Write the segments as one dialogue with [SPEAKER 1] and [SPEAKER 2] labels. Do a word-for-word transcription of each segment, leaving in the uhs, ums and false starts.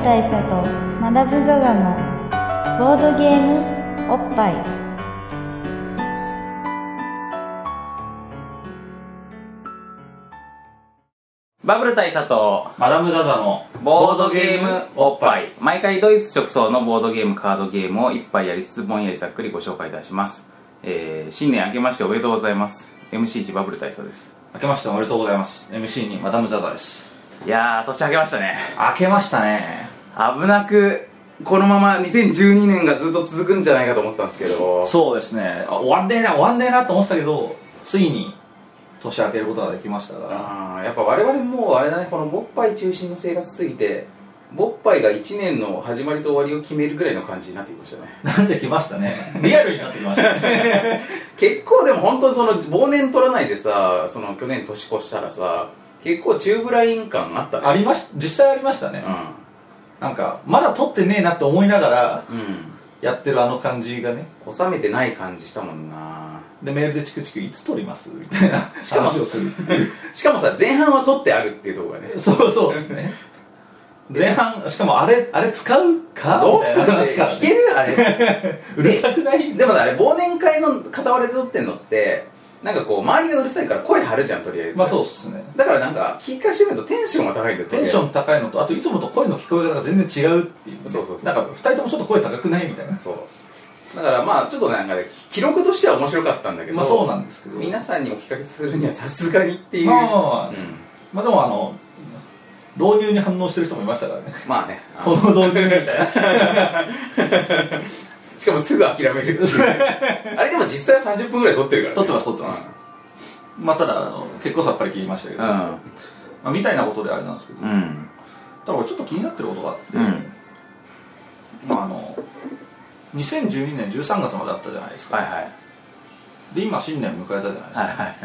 [SPEAKER 1] 大佐とマダム・ザ・ザのボードゲームおっぱい。
[SPEAKER 2] バブル大佐と
[SPEAKER 3] マダム・ザ・ザの
[SPEAKER 2] ボードゲームおっぱい。毎回ドイツ直送のボードゲームカードゲームを一杯やりつつぼんやりざっくりご紹介いたします。えー、新年明けましておめでとうございます。 エムシーいち バブル大佐です。
[SPEAKER 3] 明けましておめでとうございます。 エムシーに マダム・ザ・ザです。
[SPEAKER 2] いやー、年明けましたね。
[SPEAKER 3] 明けましたね。
[SPEAKER 2] 危なくこのままにせんじゅうにねんがずっと続くんじゃないかと思ったんですけど、
[SPEAKER 3] そうですね、あ終わんねえな終わんねえなと思ってたけど、ついに年明けることができましたが、
[SPEAKER 2] あーやっぱ我々もうあれだね、このボッパイ中心の生活すぎてボッパイがいちねんの始まりと終わりを決めるぐらいの感じになってきましたね。
[SPEAKER 3] なんできましたね。リアルになってきましたね。
[SPEAKER 2] 結構でも本当にその忘年取らないでさ、その去年年越したらさ、結構チューブライン感あったね。
[SPEAKER 3] ありまし実際ありましたね、うん、なんかまだ撮ってねえなって思いながら、うん、やってるあの感じがね、
[SPEAKER 2] 収めてない感じしたもんな。
[SPEAKER 3] でメールでチクチクいつ撮りますみたいな話をするっていう
[SPEAKER 2] しかもさ、前半は撮ってあるっていうところがね、
[SPEAKER 3] そうそうですね。前半しかもあれあれ使うか
[SPEAKER 2] どうする
[SPEAKER 3] みたいな話から、ね、
[SPEAKER 2] 聞けるあれ
[SPEAKER 3] うるさくない？
[SPEAKER 2] でもあれ忘年会の片割れで撮ってんのってなんかこう周りがうるさいから声張るじゃん、とりあえず。
[SPEAKER 3] まあそうっすね。
[SPEAKER 2] だからなんか聞き返してみるとテンションが高いんだよ。
[SPEAKER 3] テンション高いのと、あといつもと声の聞こえ方が全然違うっていう、ね、
[SPEAKER 2] そうそうそう、
[SPEAKER 3] なんかふたりともちょっと声高くないみたいな。
[SPEAKER 2] そうだからまあちょっとなんかね、記録としては面白かったんだけど、
[SPEAKER 3] まあそうなんですけど、
[SPEAKER 2] 皆さんにお聞かせするにはさすがにっていう。
[SPEAKER 3] まあまあまあ、うん、まあでもあの導入に反応してる人もいましたからね。
[SPEAKER 2] まあね、
[SPEAKER 3] この導入みたいな。
[SPEAKER 2] しかもすぐ諦めるっていうあれでも実際はさんじゅっぷんぐらい撮ってるからね。
[SPEAKER 3] 撮ってます撮ってます、うん、まあただあの結構さっぱり切りましたけど、うん、まあ、みたいなことであれなんですけど、うん、ただ俺ちょっと気になってることがあって、うん、まああのにせんじゅうにねんじゅうさんがつまであったじゃないですか、はいはい、で今新年迎えたじゃないですか、はいはい、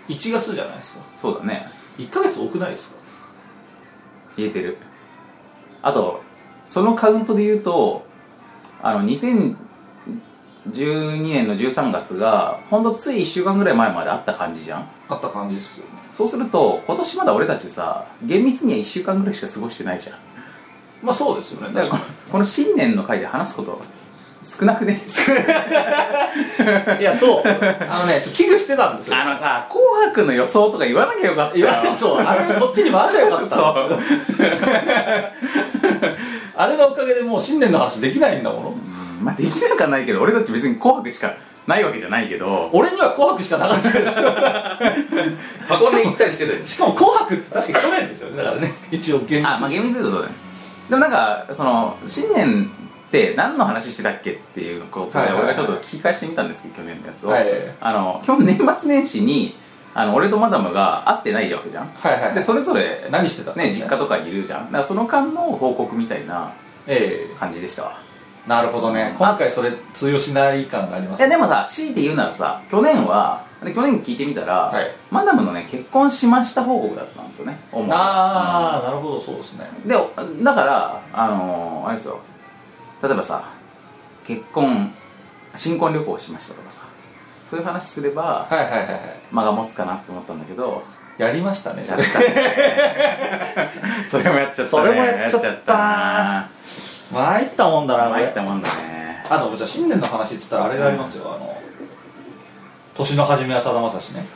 [SPEAKER 3] いちがつじゃないですか。
[SPEAKER 2] そうだね。
[SPEAKER 3] いっかげつ多くないですか？
[SPEAKER 2] 言えてる。あとそのカウントで言うと、あのにせんじゅうにねんのじゅうさんがつがほんとついいっしゅうかんぐらい前まであった感じじゃん。
[SPEAKER 3] あった感じですよね。
[SPEAKER 2] そうすると今年まだ俺たちさ、厳密にはいっしゅうかんぐらいしか過ごしてないじゃん。ま
[SPEAKER 3] あそうですよね。
[SPEAKER 2] だからこの新年の回で話すこと少なくね。
[SPEAKER 3] いやそう、あのね、ちょっと危惧してたんですよ。
[SPEAKER 2] あのさ、紅白の予想とか言わなきゃよかったよ。
[SPEAKER 3] そう、あれこっちに回しゃよかったんですよ。あれのおかげでもう新年の話できないんだもの。
[SPEAKER 2] うん、まあできなくはないけど、俺たち別に紅白しかないわけじゃないけど、
[SPEAKER 3] 俺には紅白しかなかったですよ。
[SPEAKER 2] 箱根行ったりしてたよ。
[SPEAKER 3] しかも紅白って確か去年ですよね。だからね、一応厳密に。
[SPEAKER 2] あ、まあ厳密に言うとそうだね。でもなんかその新年で何の話してたっけっていうことで俺がちょっと聞き返してみたんですけど、去年のやつを、はい、あの去年年末年始にあの俺とマダムが会ってないわけじゃん、はいはいはい、でそれぞれ
[SPEAKER 3] 何してた
[SPEAKER 2] ね、実家とかにいるじゃん。だからその間の報告みたいな感じでしたわ、
[SPEAKER 3] えー、なるほどね。今回それ通用しない感がありますね。
[SPEAKER 2] いやでもさ、強いて言うならさ、去年は去年聞いてみたら、はい、マダムのね結婚しました報告だったんですよね。
[SPEAKER 3] ああ、なるほど、そうですね。
[SPEAKER 2] でだからあのー、あれですよ、例えばさ、結婚新婚旅行しましたとかさ、そういう話すれば、はいはいはいはい、間が持つかなって思ったんだけど、
[SPEAKER 3] やりましたね、それ。
[SPEAKER 2] それもやっちゃったね。
[SPEAKER 3] それもやっちゃったな。参ったもんだな。
[SPEAKER 2] 参ったもんだね。
[SPEAKER 3] あとじゃあ新年の話っつったらあれがありますよ、うん、あの年の初めはさだまさしね。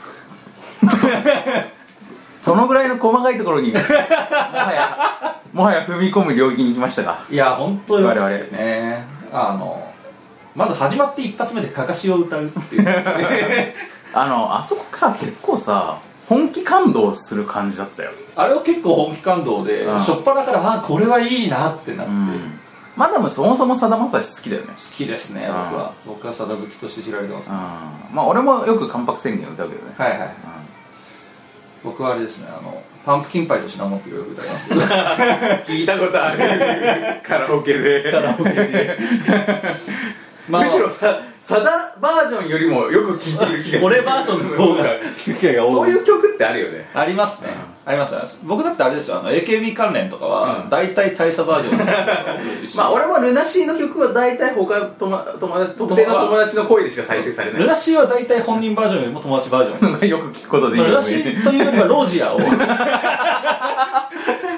[SPEAKER 2] そのぐらいの細かいところにもはやもはや踏み込む領域に行きましたか。
[SPEAKER 3] いや本当よくてね、あのまず始まって一発目でかかしを歌うっていう
[SPEAKER 2] あのあそこさ、結構さ本気感動する感じだったよ。
[SPEAKER 3] あれは結構本気感動で、うん、初っ端からあこれはいいなってなって、うん、
[SPEAKER 2] マダムそもそもさだまさし好きだよね。
[SPEAKER 3] 好きですね、うん、僕は僕はさだ好きとして知られてます、ね、
[SPEAKER 2] うん、まあ俺もよく関白宣言を歌うけどね。
[SPEAKER 3] はいはい、うん、僕はあれですね、あのパンプキンパイとシナモンってよく歌いますけど
[SPEAKER 2] 聞いたことあるカラオケで
[SPEAKER 3] カラオケで
[SPEAKER 2] まあ、むしろさ、サダバージョンよりもよく聴いてる気がする。
[SPEAKER 3] 俺バージョンの方が聞く機会が多い。
[SPEAKER 2] そういう曲ってあるよね。
[SPEAKER 3] ありますね、うん、ありますね。僕だってあれですよ、あの エーケービー 関連とかは大体大佐バージョンの
[SPEAKER 2] まあ俺もルナシーの曲は大体他友達特定の友達の声でしか再生されない。
[SPEAKER 3] ルナシーは大体本人バージョンよりも友達バージョン
[SPEAKER 2] よく聞くことでいいよね。
[SPEAKER 3] ルナシーというよりはロージアをロ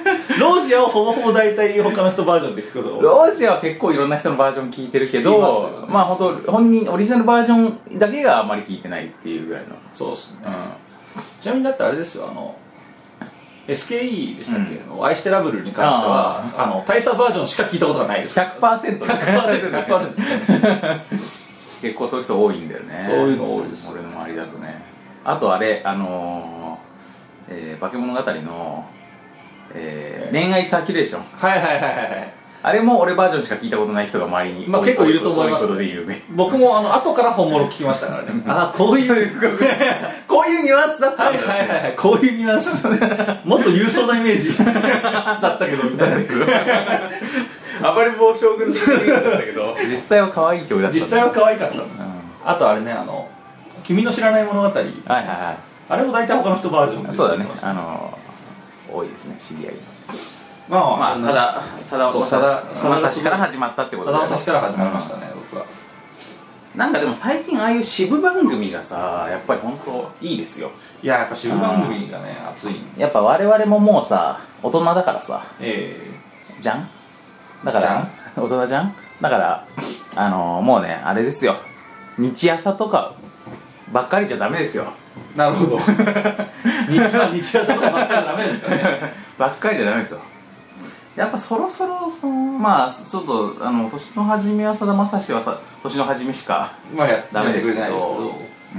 [SPEAKER 3] ロージアをほぼほぼ大体他の人バージョンで聞くことが多い。
[SPEAKER 2] ロージアは結構いろんな人のバージョン聞いてるけど、ま, ね、まあ本当本人オリジナルバージョンだけがあんまり聞いてないっていうぐらいの。
[SPEAKER 3] そうですね、うん、ちなみにだってあれですよ、あの エスケーイー でしたっけ、うん、愛してラブルに関してはあの大佐バージョンしか聞いたことがないです。
[SPEAKER 2] ひゃくパーセント
[SPEAKER 3] ひゃくパーセント ひゃくパーセント ですね
[SPEAKER 2] 結構そういう人多いんだよね。
[SPEAKER 3] そういうの多いです。
[SPEAKER 2] 俺の周りだとね。あとあれあのーえー、化け物語の、えー、恋愛サーキュレーション、
[SPEAKER 3] はいはいはいはい
[SPEAKER 2] あれも俺バージョンしか聞いたことない人が周りに、
[SPEAKER 3] まあ、結構いると思います、ね、僕もあの後から本物聞きましたからねああこういう
[SPEAKER 2] こういうニュアンスだったんだ、
[SPEAKER 3] ね、はいはいはいこういうニュアンスもっと勇壮なイメージだったけどみたいな
[SPEAKER 2] 暴れん坊将軍の曲だったけど実際は可愛い曲だった。
[SPEAKER 3] 実際は可愛かった、うん、あとあれね、あの君の知らない物語、はいはいはい、あれも大体他の人バージョンで、
[SPEAKER 2] そうだね、あの多いですね、知り合い。
[SPEAKER 3] まあ
[SPEAKER 2] まあさださだまさしから始まったってこと
[SPEAKER 3] で、さだまさしから始まりましたね、うん、僕は。
[SPEAKER 2] なんかでも最近ああいう支部番組がさ、やっぱり本当いいですよ。
[SPEAKER 3] いや、やっぱ支部番組がね、熱いんです。
[SPEAKER 2] やっぱ我々ももうさ大人だからさ、
[SPEAKER 3] え
[SPEAKER 2] えー、じゃんだから大人じゃんだからあのー、もうねあれですよ、日朝とかばっかりじゃダメですよ。
[SPEAKER 3] なるほど日朝とかばっかりじゃダメですかね
[SPEAKER 2] ばっかりじゃダメですよ。やっぱそろそろそのまあちょっとあの年の初めはさだまさしはさ年の初めしかダメですけど、うん、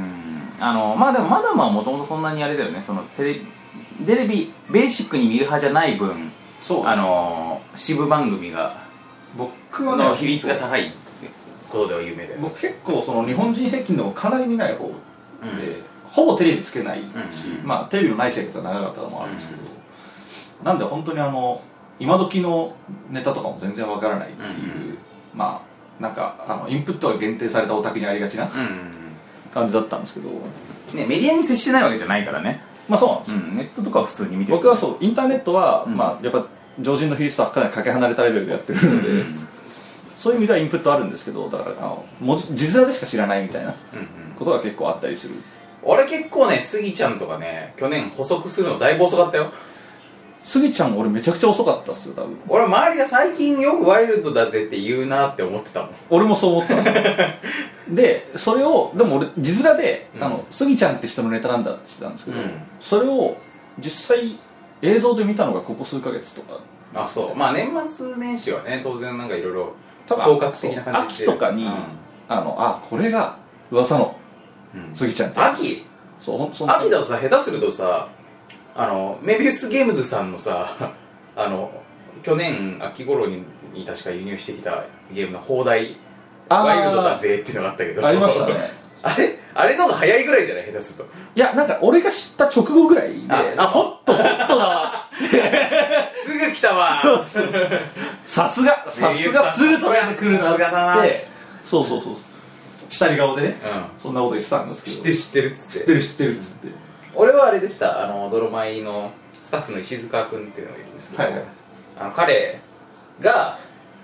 [SPEAKER 2] あのまあでもまだまあもともとそんなにあれだよね、そのテレビテレビベーシックに見る派じゃない分、そうあの支部番組が
[SPEAKER 3] 僕はね
[SPEAKER 2] の比率が高いことでは有名で、
[SPEAKER 3] 僕結構その日本人平均でもかなり見ない方で、うん、ほぼテレビつけないし、うんうん、まあテレビのない生活が長かったのもあるんですけど、うん、なんで本当にあの今時のネタとかも全然わからないっていう、うんうん、まあなんかあのインプットが限定されたオタクにありがちな、うんうん、感じだったんですけど、
[SPEAKER 2] ね、メディアに接してないわけじゃないからね。
[SPEAKER 3] まあそうなんですよ、
[SPEAKER 2] うん、ネットとかは普通に見てる。
[SPEAKER 3] 僕はそうインターネットは、うん、まあやっぱ常人の比率とはかなりかけ離れたレベルでやってるので、うんうん、そういう意味ではインプットあるんですけど、だからあの文字字面でしか知らないみたいなことが結構あったりする、
[SPEAKER 2] うんうん、俺結構ねスギちゃんとかね去年補足するのだいぶ遅かったよ。
[SPEAKER 3] スギちゃん俺めちゃくちゃ遅かったっすよ多分。
[SPEAKER 2] 俺周りが最近よくワイルドだぜって言うなって思ってたもん。
[SPEAKER 3] 俺もそう思ったんですよでそれをでも俺字面で、うん、あのスギちゃんって人のネタなんだって言ってたんですけど、うん、それを実際映像で見たのがここ数ヶ月とか。
[SPEAKER 2] あ、そうまあ年末年始はね当然なんかいろいろ総括的な感じで
[SPEAKER 3] 秋とかに、うん、あのあこれが噂のスギちゃんって、
[SPEAKER 2] うん、秋
[SPEAKER 3] そうほんそ
[SPEAKER 2] 秋だとさ下手するとさあのメビウスゲームズさんのさあの去年秋頃にに確か輸入してきたゲームの放題ワイルドだぜっていうのがあったけど
[SPEAKER 3] ありましたね
[SPEAKER 2] あれあれの方が早いぐらいじゃない下手すると。
[SPEAKER 3] いやなんか俺が知った直後ぐらいで
[SPEAKER 2] ああホットホットだわっつってすぐ来たわ
[SPEAKER 3] そうそうさすがさすがすぐ取れてくるなっつってそうそうそう下り顔でね、うん、そんなこと言ってたんですけど
[SPEAKER 2] 知ってる知ってるっつって
[SPEAKER 3] 知ってる知ってるっつって、うん、
[SPEAKER 2] 俺はあれでした、あの泥米のスタッフの石塚君っていうのがいるんですけど、はいはい、あの彼が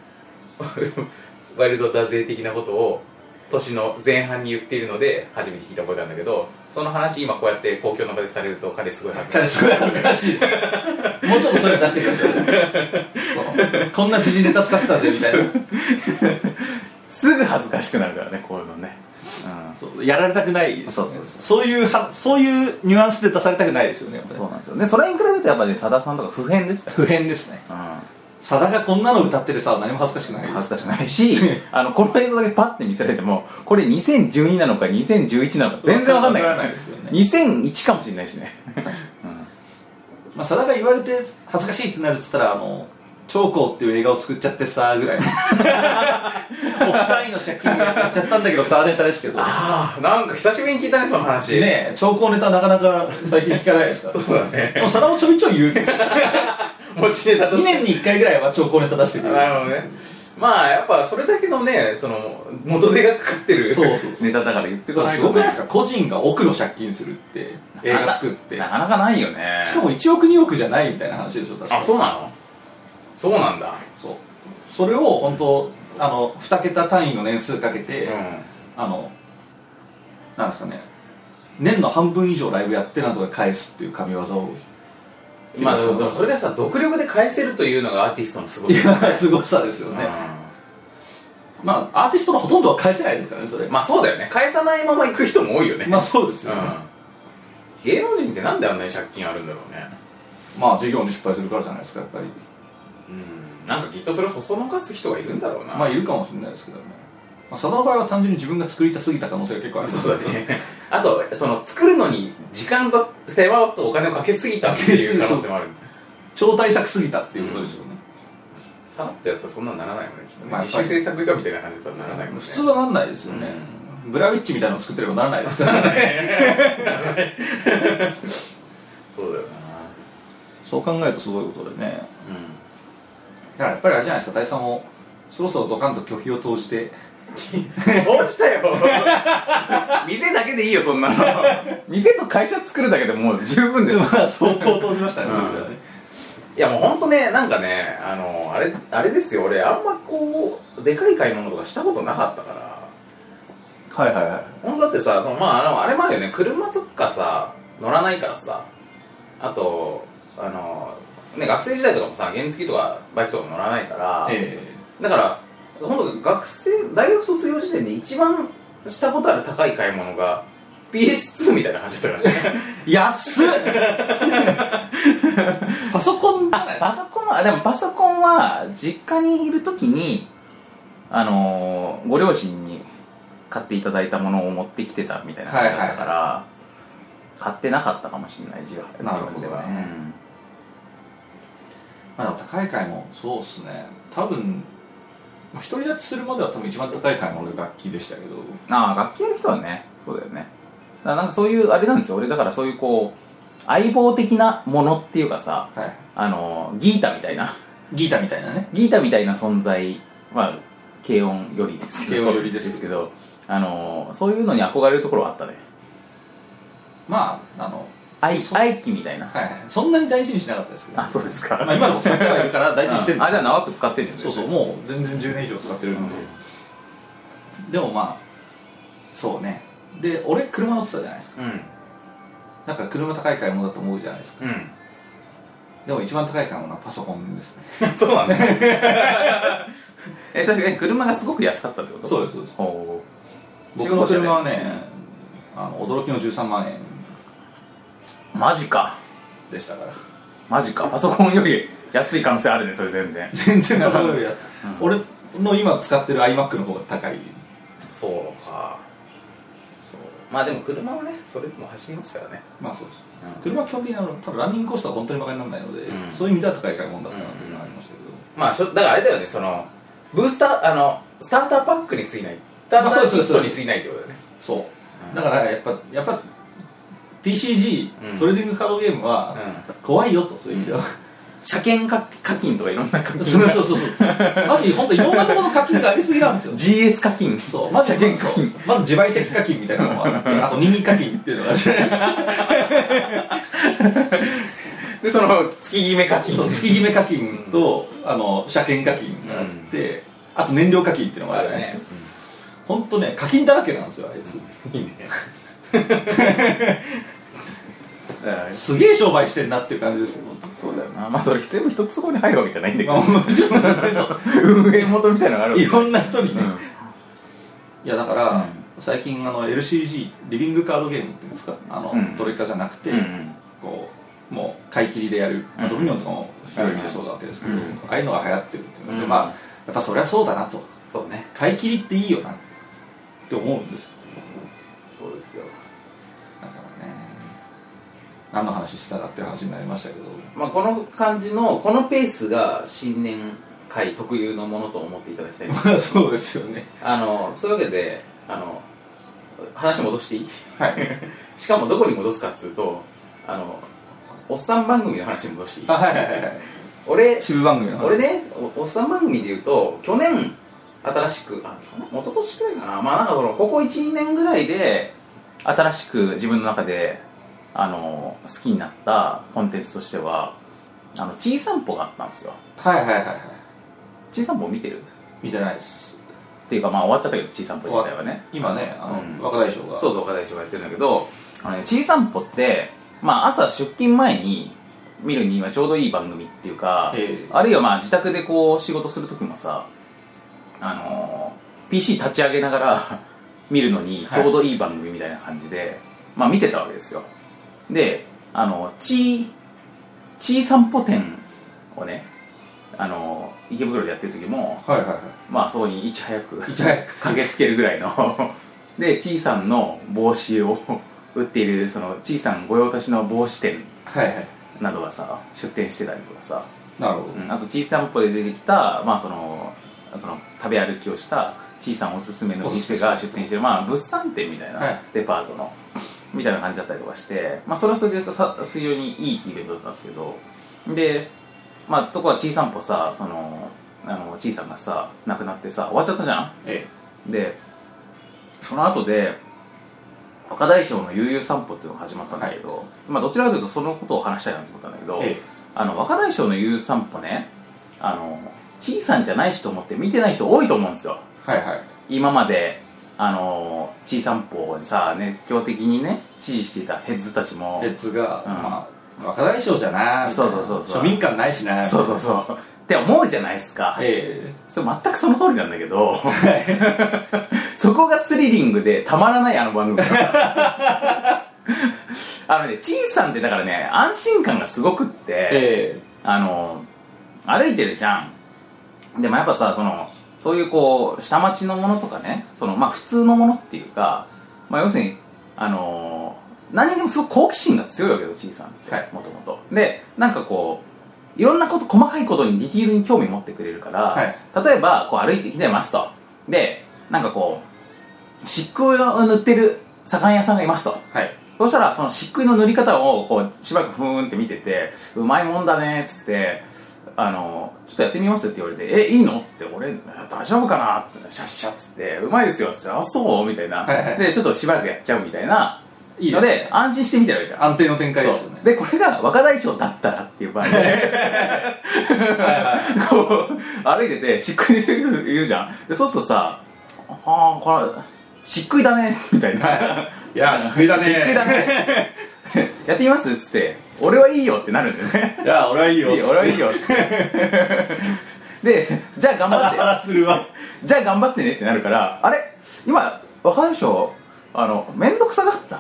[SPEAKER 2] ワイルドだぜ的なことを年の前半に言っているので初めて聞いた覚えなんだけど、その話今こうやって公共の場でされると彼すごい恥ずかしい。
[SPEAKER 3] 彼すごい恥ずかしいですもうちょっとそれ出してくださいそうこんな時事ネタ使ってたぜみたいな
[SPEAKER 2] すぐ恥ずかしくなるからねこういうのね、
[SPEAKER 3] うん、そうやられたくないです、ね、
[SPEAKER 2] そうそうそう
[SPEAKER 3] そういうはそういうニュアンスで出されたくないですよねやっぱり。
[SPEAKER 2] そうなんですよね。それに比べるとやっぱりさださんとか普遍ですから
[SPEAKER 3] 普遍ですね、うんさだがこんなの歌ってるさ何も恥ずかしくないです。
[SPEAKER 2] 恥ずかしくないしあのこの映像だけパッて見せられてもこれにせんじゅうになのかにせんじゅういちなのか全然わかんないから
[SPEAKER 3] ないですよね。
[SPEAKER 2] にせんいちかもしれないしね
[SPEAKER 3] まあさだが言われて恥ずかしいってなるっつったらあの長江っていう映画を作っちゃってさぐらい億単位の借金やっちゃったんだけどさネタですけど
[SPEAKER 2] ああなんか久しぶりに聞いたねその話
[SPEAKER 3] ね。長江ネタなかなか最近聞かないですから
[SPEAKER 2] そうだね。
[SPEAKER 3] でもさだもちょいちょい言うんですよ
[SPEAKER 2] 持ちネタとして
[SPEAKER 3] にねんにいっかいぐらいは長江ネタ出してくる。
[SPEAKER 2] なるほどね。まあやっぱそれだけのねその元手がかかってる
[SPEAKER 3] そうそう
[SPEAKER 2] ネタだから言ってこないと、ね、
[SPEAKER 3] すごくないですか個人が億の借金するって映画作って
[SPEAKER 2] なかなかないよね。
[SPEAKER 3] しかもいちおくにおくじゃないみたいな話でしょ確か。
[SPEAKER 2] あそうなの。そうなんだ。
[SPEAKER 3] そうそれを本当あのに桁単位の年数かけて、うん、あのなんですかね年の半分以上ライブやってなんとか返すっていう神業を
[SPEAKER 2] まあそうそう、それがさ独力で返せるというのがアーティストのすごさ、
[SPEAKER 3] すごさですよね。まあアーティストのほとんどは返せないですからね、それ。
[SPEAKER 2] まあそうだよね、返さないまま行く人も多いよね。
[SPEAKER 3] まあそうですよね、
[SPEAKER 2] うん、芸能人ってなんであんなに借金あるんだろうね。
[SPEAKER 3] まあ事業に失敗するからじゃないですか、やっぱり。
[SPEAKER 2] うん、なんかきっとそれをそそのかす人がいるんだろうな。
[SPEAKER 3] まあいるかもしれないですけどね。まあ、その場合は単純に自分が作りたすぎた可能性が結構ある。
[SPEAKER 2] そうだね。あとその作るのに時間と手間とお金をかけすぎたっていう可能性もある。
[SPEAKER 3] 超大作すぎたっていうことでしょうね、
[SPEAKER 2] うん、さらっとやったらそんなにならないもんね、きっとね、まあ、自主制作画みたいな感じだったらならないもんね。
[SPEAKER 3] 普通はなんないですよね、うん、ブラウィッチみたいなの作ってればならないですからね。
[SPEAKER 2] そうだよな。
[SPEAKER 3] そう考えるとすごいことでね、うん、だからやっぱりあれじゃないですか、大佐もそろそろドカンと拒否を投じて。
[SPEAKER 2] 投じたよ。店だけでいいよ、そんなの。店と会社作るだけでもう十分です。
[SPEAKER 3] まあ相当投じましたね、うん、
[SPEAKER 2] いやもうほんとね、なんかね、あのあれあれですよ、俺あんまこうでかい買い物とかしたことなかったから。
[SPEAKER 3] はいはいはい。
[SPEAKER 2] ほんとだってさ、そのまああのあれもあるよね、車とかさ乗らないからさ、あとあのね、学生時代とかもさ原付とかバイクとか乗らないから、えー、だから本当学生大学卒業時点で一番したことある高い買い物が ピーエスツー みたいな感じだったからね。
[SPEAKER 3] 安っ。パソコンじゃないですか。
[SPEAKER 2] パソコンはでもパソコンは実家にいるときにあのー、ご両親に買っていただいたものを持ってきてたみたいな感じだったから、はいはいはい、買ってなかったかもしれない自分
[SPEAKER 3] なるほどね、
[SPEAKER 2] では、うん、
[SPEAKER 3] まあでも高い買い物そうっすね、多分独り立ちするまでは多分一番高い買い物が楽器でしたけど。
[SPEAKER 2] ああ、楽器やる人はね、そうだよね。だからなんかそういうあれなんですよ、俺だからそういうこう相棒的なものっていうかさ、はい、あのギータみたいな
[SPEAKER 3] ギータみたいなね
[SPEAKER 2] ギータみたいな存在、まあ軽音よりですけど
[SPEAKER 3] 軽音よりです
[SPEAKER 2] けど、あのそういうのに憧れるところはあったね。
[SPEAKER 3] まああの
[SPEAKER 2] 愛機みたいな、
[SPEAKER 3] はいはい、そんなに大事にしなかったですけど、
[SPEAKER 2] あ、そうですか。
[SPEAKER 3] まあ今でも使ってはいるから大事にしてるんです。
[SPEAKER 2] あ、じゃあ長く使ってるんです
[SPEAKER 3] よ。そうそう、もう全然じゅうねん以上使ってるので、うん、でもまあそうね、で俺車乗ってたじゃないですか、うん、だから車高い買い物だと思うじゃないですか、うん、でも一番高い買い物はパソコンですね。
[SPEAKER 2] そうなんだ。え、それ車がすごく安かったってこと？
[SPEAKER 3] そうですそうです。僕の車はね、あの驚きのじゅうさんまんえん。
[SPEAKER 2] マジか
[SPEAKER 3] でしたから。
[SPEAKER 2] マジか、パソコンより安い可能性あるね、それ全然。
[SPEAKER 3] 全然パソコンより安い、うん、俺の今使ってる iMac の方が高い。
[SPEAKER 2] そうか。そう、まあでも車はね、それでも走りますからね。
[SPEAKER 3] まあそうです、うん、車は基本的にあの多分ランニングコストは本当に馬鹿にならないので、うん、そういう意味では高い買い物だったなっていうのがありましたけど、うん、
[SPEAKER 2] まあだからあれだよね、そのブースター、あのスターターパックに過ぎない、スターターキットに過ぎないってことだよね。
[SPEAKER 3] そう、うん、だからやっぱやっぱティーシージー、うん、トレーディングカードゲームは怖いよと、そういう意味では、うん、
[SPEAKER 2] 車検課金とかいろんな課金
[SPEAKER 3] がそうそうそうマジ本当いろんなところの課金がありすぎなんですよ。
[SPEAKER 2] ジーエス 課金、
[SPEAKER 3] そうマジ車検課金、まず自賠責課金みたいなのもあってあと任意課金っていうのがあるじゃないですか。
[SPEAKER 2] でその月決め課金、
[SPEAKER 3] そう月決め課金と、うん、あの車検課金があって、うん、あと燃料課金っていうのがあるじゃないですか、ね、うん、本当ね課金だらけなんですよあいつ。いいね。すげえ商売してんなっていう感じですよ。
[SPEAKER 2] そうだよな。まあそれ全部一つそこに入るわけじゃないんだけど、まあ、もちろん運営元みたいなのがあるわけ、
[SPEAKER 3] いろんな人にね、うん、いやだから、うん、最近あの エルシージー リビングカードゲームっていうんですか、あの、うん、トレカじゃなくて、うん、こうもう買い切りでやる、まあ、ドミニオンとかも広い意味でそうなわけですけど、うん、ああいうのが流行ってるっていうので、うん、まあやっぱそりゃそうだなと、
[SPEAKER 2] そうね、
[SPEAKER 3] 買い切りっていいよなって思うんですよ。
[SPEAKER 2] そうですよ。
[SPEAKER 3] だからね、何の話したかっていう話になりましたけど、
[SPEAKER 2] まあこの感じのこのペースが新年会特有のものと思っていただきたいんですけど
[SPEAKER 3] そうですよね。
[SPEAKER 2] あのそういうわけであの話戻していい？
[SPEAKER 3] はい。
[SPEAKER 2] しかもどこに戻すかっつうと、あのおっさん番組の話に戻していい？
[SPEAKER 3] あ、はいはいはいはい。
[SPEAKER 2] 俺
[SPEAKER 3] 渋番組の話。
[SPEAKER 2] 俺ね、おっさん番組で言うと去年新しく、あ、一昨年くらいかな、まあなんかこのここいち、にねんぐらいで新しく自分の中であの好きになったコンテンツとしてはあのちいさんぽがあったんですよ。
[SPEAKER 3] はいはいはいはい。
[SPEAKER 2] ちいさんぽ見てる？
[SPEAKER 3] 見てないです。
[SPEAKER 2] っていうかまあ終わっちゃったけど、ちいさんぽ自体はね
[SPEAKER 3] 今ね、あの、うん、若大将が
[SPEAKER 2] そうそう若大将がやってるんだけど、あのね、ちいさんぽってまあ朝出勤前に見るにはちょうどいい番組っていうか、
[SPEAKER 3] えー、
[SPEAKER 2] あるいはまあ自宅でこう仕事する時もさ、あのー、ピーシー 立ち上げながら見るのにちょうどいい番組みたいな感じで、はい、まあ見てたわけですよ。で、あのちーちー散歩店をね、あの池袋でやってる時も、
[SPEAKER 3] はいはいはい、
[SPEAKER 2] まあそこにいち早く
[SPEAKER 3] いち早く
[SPEAKER 2] 駆けつけるぐらいので、ちーさんの帽子を売っているそのちーさん御用達の帽子店などがさ、出店してたりとかさ、
[SPEAKER 3] なるほど、
[SPEAKER 2] うん、あとちー散歩で出てきた、まあ、そのその食べ歩きをしたちーさんおすすめの店が出店してる、まあ、物産展みたいな、はい、デパートのみたいな感じだったりとかして、まあ、それはそれで非常にいいイベントだったんですけど、で、まあ、とこはちー散歩さ、そのあのちーさんがさ亡くなってさ終わっちゃったじゃん、
[SPEAKER 3] え
[SPEAKER 2] え、でその後で若大将の悠々散歩っていうのが始まったんですけど、はい、まあ、どちらかというとそのことを話したいなと思ったんだけど、ええ、あの若大将の悠々散歩ね、あのちーさんじゃないしと思って見てない人多いと思うんですよ、
[SPEAKER 3] はいはい、
[SPEAKER 2] 今まであのちー散歩にさ熱狂的にね支持していたヘッズたちも、
[SPEAKER 3] ヘッズが、うん、まあ、若大将じゃなー、
[SPEAKER 2] そうそうそうそう、
[SPEAKER 3] 庶民感ないしなー、
[SPEAKER 2] そうそうそうって思うじゃないですか、
[SPEAKER 3] ええ、
[SPEAKER 2] それ全くその通りなんだけどそこがスリリングでたまらない、あの番組あのね、ちーさんってだからね、安心感がすごくって、ええ、あの歩いてるじゃん。でもやっぱさ、そのそういうこう下町のものとかね、そのまあ普通のものっていうか、まあ要するにあの何にでもすごく好奇心が強いわけよ、ちーさんってもともと。で、なんかこういろんなこと、細かいことにディティールに興味持ってくれるから、はい、例えばこう歩いてきてますと、でなんかこう漆喰を塗ってる左官屋さんがいますと、はい、そしたらその漆喰の塗り方をこうしばらくふーんって見てて、うまいもんだねっつって、あのちょっとやってみますって言われて、え、いいのっつって、俺大丈夫かなってシャッシャッつって、うまいですよっつって、あ、そうみたいな、はいはい、でちょっとしばらくやっちゃうみたいないいので、安心して見てるわけじゃん。
[SPEAKER 3] 安定の展開ですよね。
[SPEAKER 2] でこれが若大将だったらっていう場合でこう歩いてて漆喰でいるじゃん。でそうするとさ、ああこれ漆喰だねみたいな、
[SPEAKER 3] いや漆喰だね
[SPEAKER 2] 漆喰だねやってみますっつって、俺はいいよってなるんだよね。
[SPEAKER 3] いや俺はいいよっつって、
[SPEAKER 2] 俺はいいよっつってでじゃあ頑張って
[SPEAKER 3] 話するわ
[SPEAKER 2] じゃあ頑張ってねってなるから、あれ今若大将あの面倒くさがった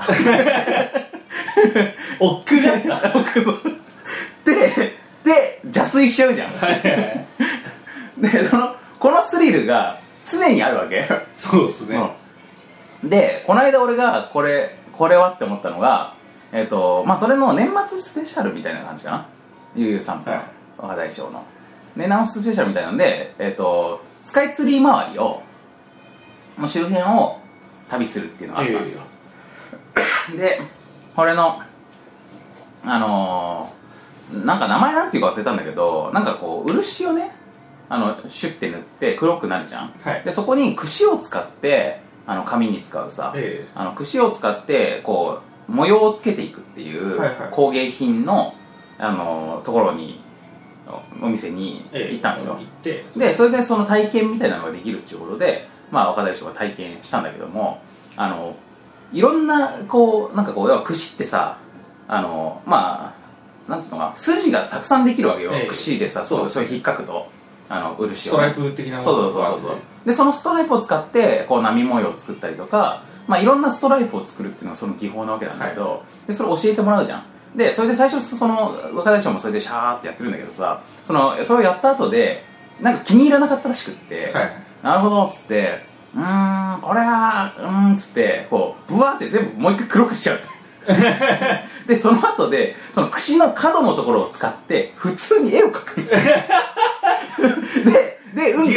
[SPEAKER 3] おっくがった
[SPEAKER 2] でで邪推しちゃうじゃんでそのこのスリルが常にあるわけ。
[SPEAKER 3] そうですね、
[SPEAKER 2] うん、でこの間俺がこれこれはって思ったのが、えっ、ー、とまあそれの年末スペシャルみたいな感じかな、ゆうゆう散歩、はい、若大将の年末スペシャルみたいなんで、えっ、ー、とスカイツリー周りをの周辺を旅するっていうのがあったんですよ、えー、でこれのあのー、なんか名前なんていうか忘れたんだけど、なんかこう漆をね、あのシュッて塗って黒くなるじゃん、はい、でそこに櫛を使って、あの紙に使うさ、えー、あの櫛を使ってこう模様をつけていくっていう工芸品の、あのー、ところにお店に行ったんですよ、えー、でそれでその体験みたいなのができるっていうことで、まあ、若大将が体験したんだけども、あのいろんなこうなんかこう要は櫛ってさ、あのまあなんていうのか筋がたくさんできるわけよ、ええ、櫛でさ、そうそれ引っかくとあの漆を、ね、
[SPEAKER 3] ストライプ的なもの
[SPEAKER 2] そうそうそうそう、でそのストライプを使ってこう波模様を作ったりとか、まあ、いろんなストライプを作るっていうのがその技法なわけなんだけど、はい、でそれを教えてもらうじゃん。でそれで最初その若大将もそれでシャーってやってるんだけどさ、そのそれをやった後でなんか気に入らなかったらしくって、はい、なるほどっつって、うーんこれはうーんっつってこうブワーって全部もう一回黒くしちゃうでその後でその櫛の角のところを使って普通に絵を描くんですよでで、うん、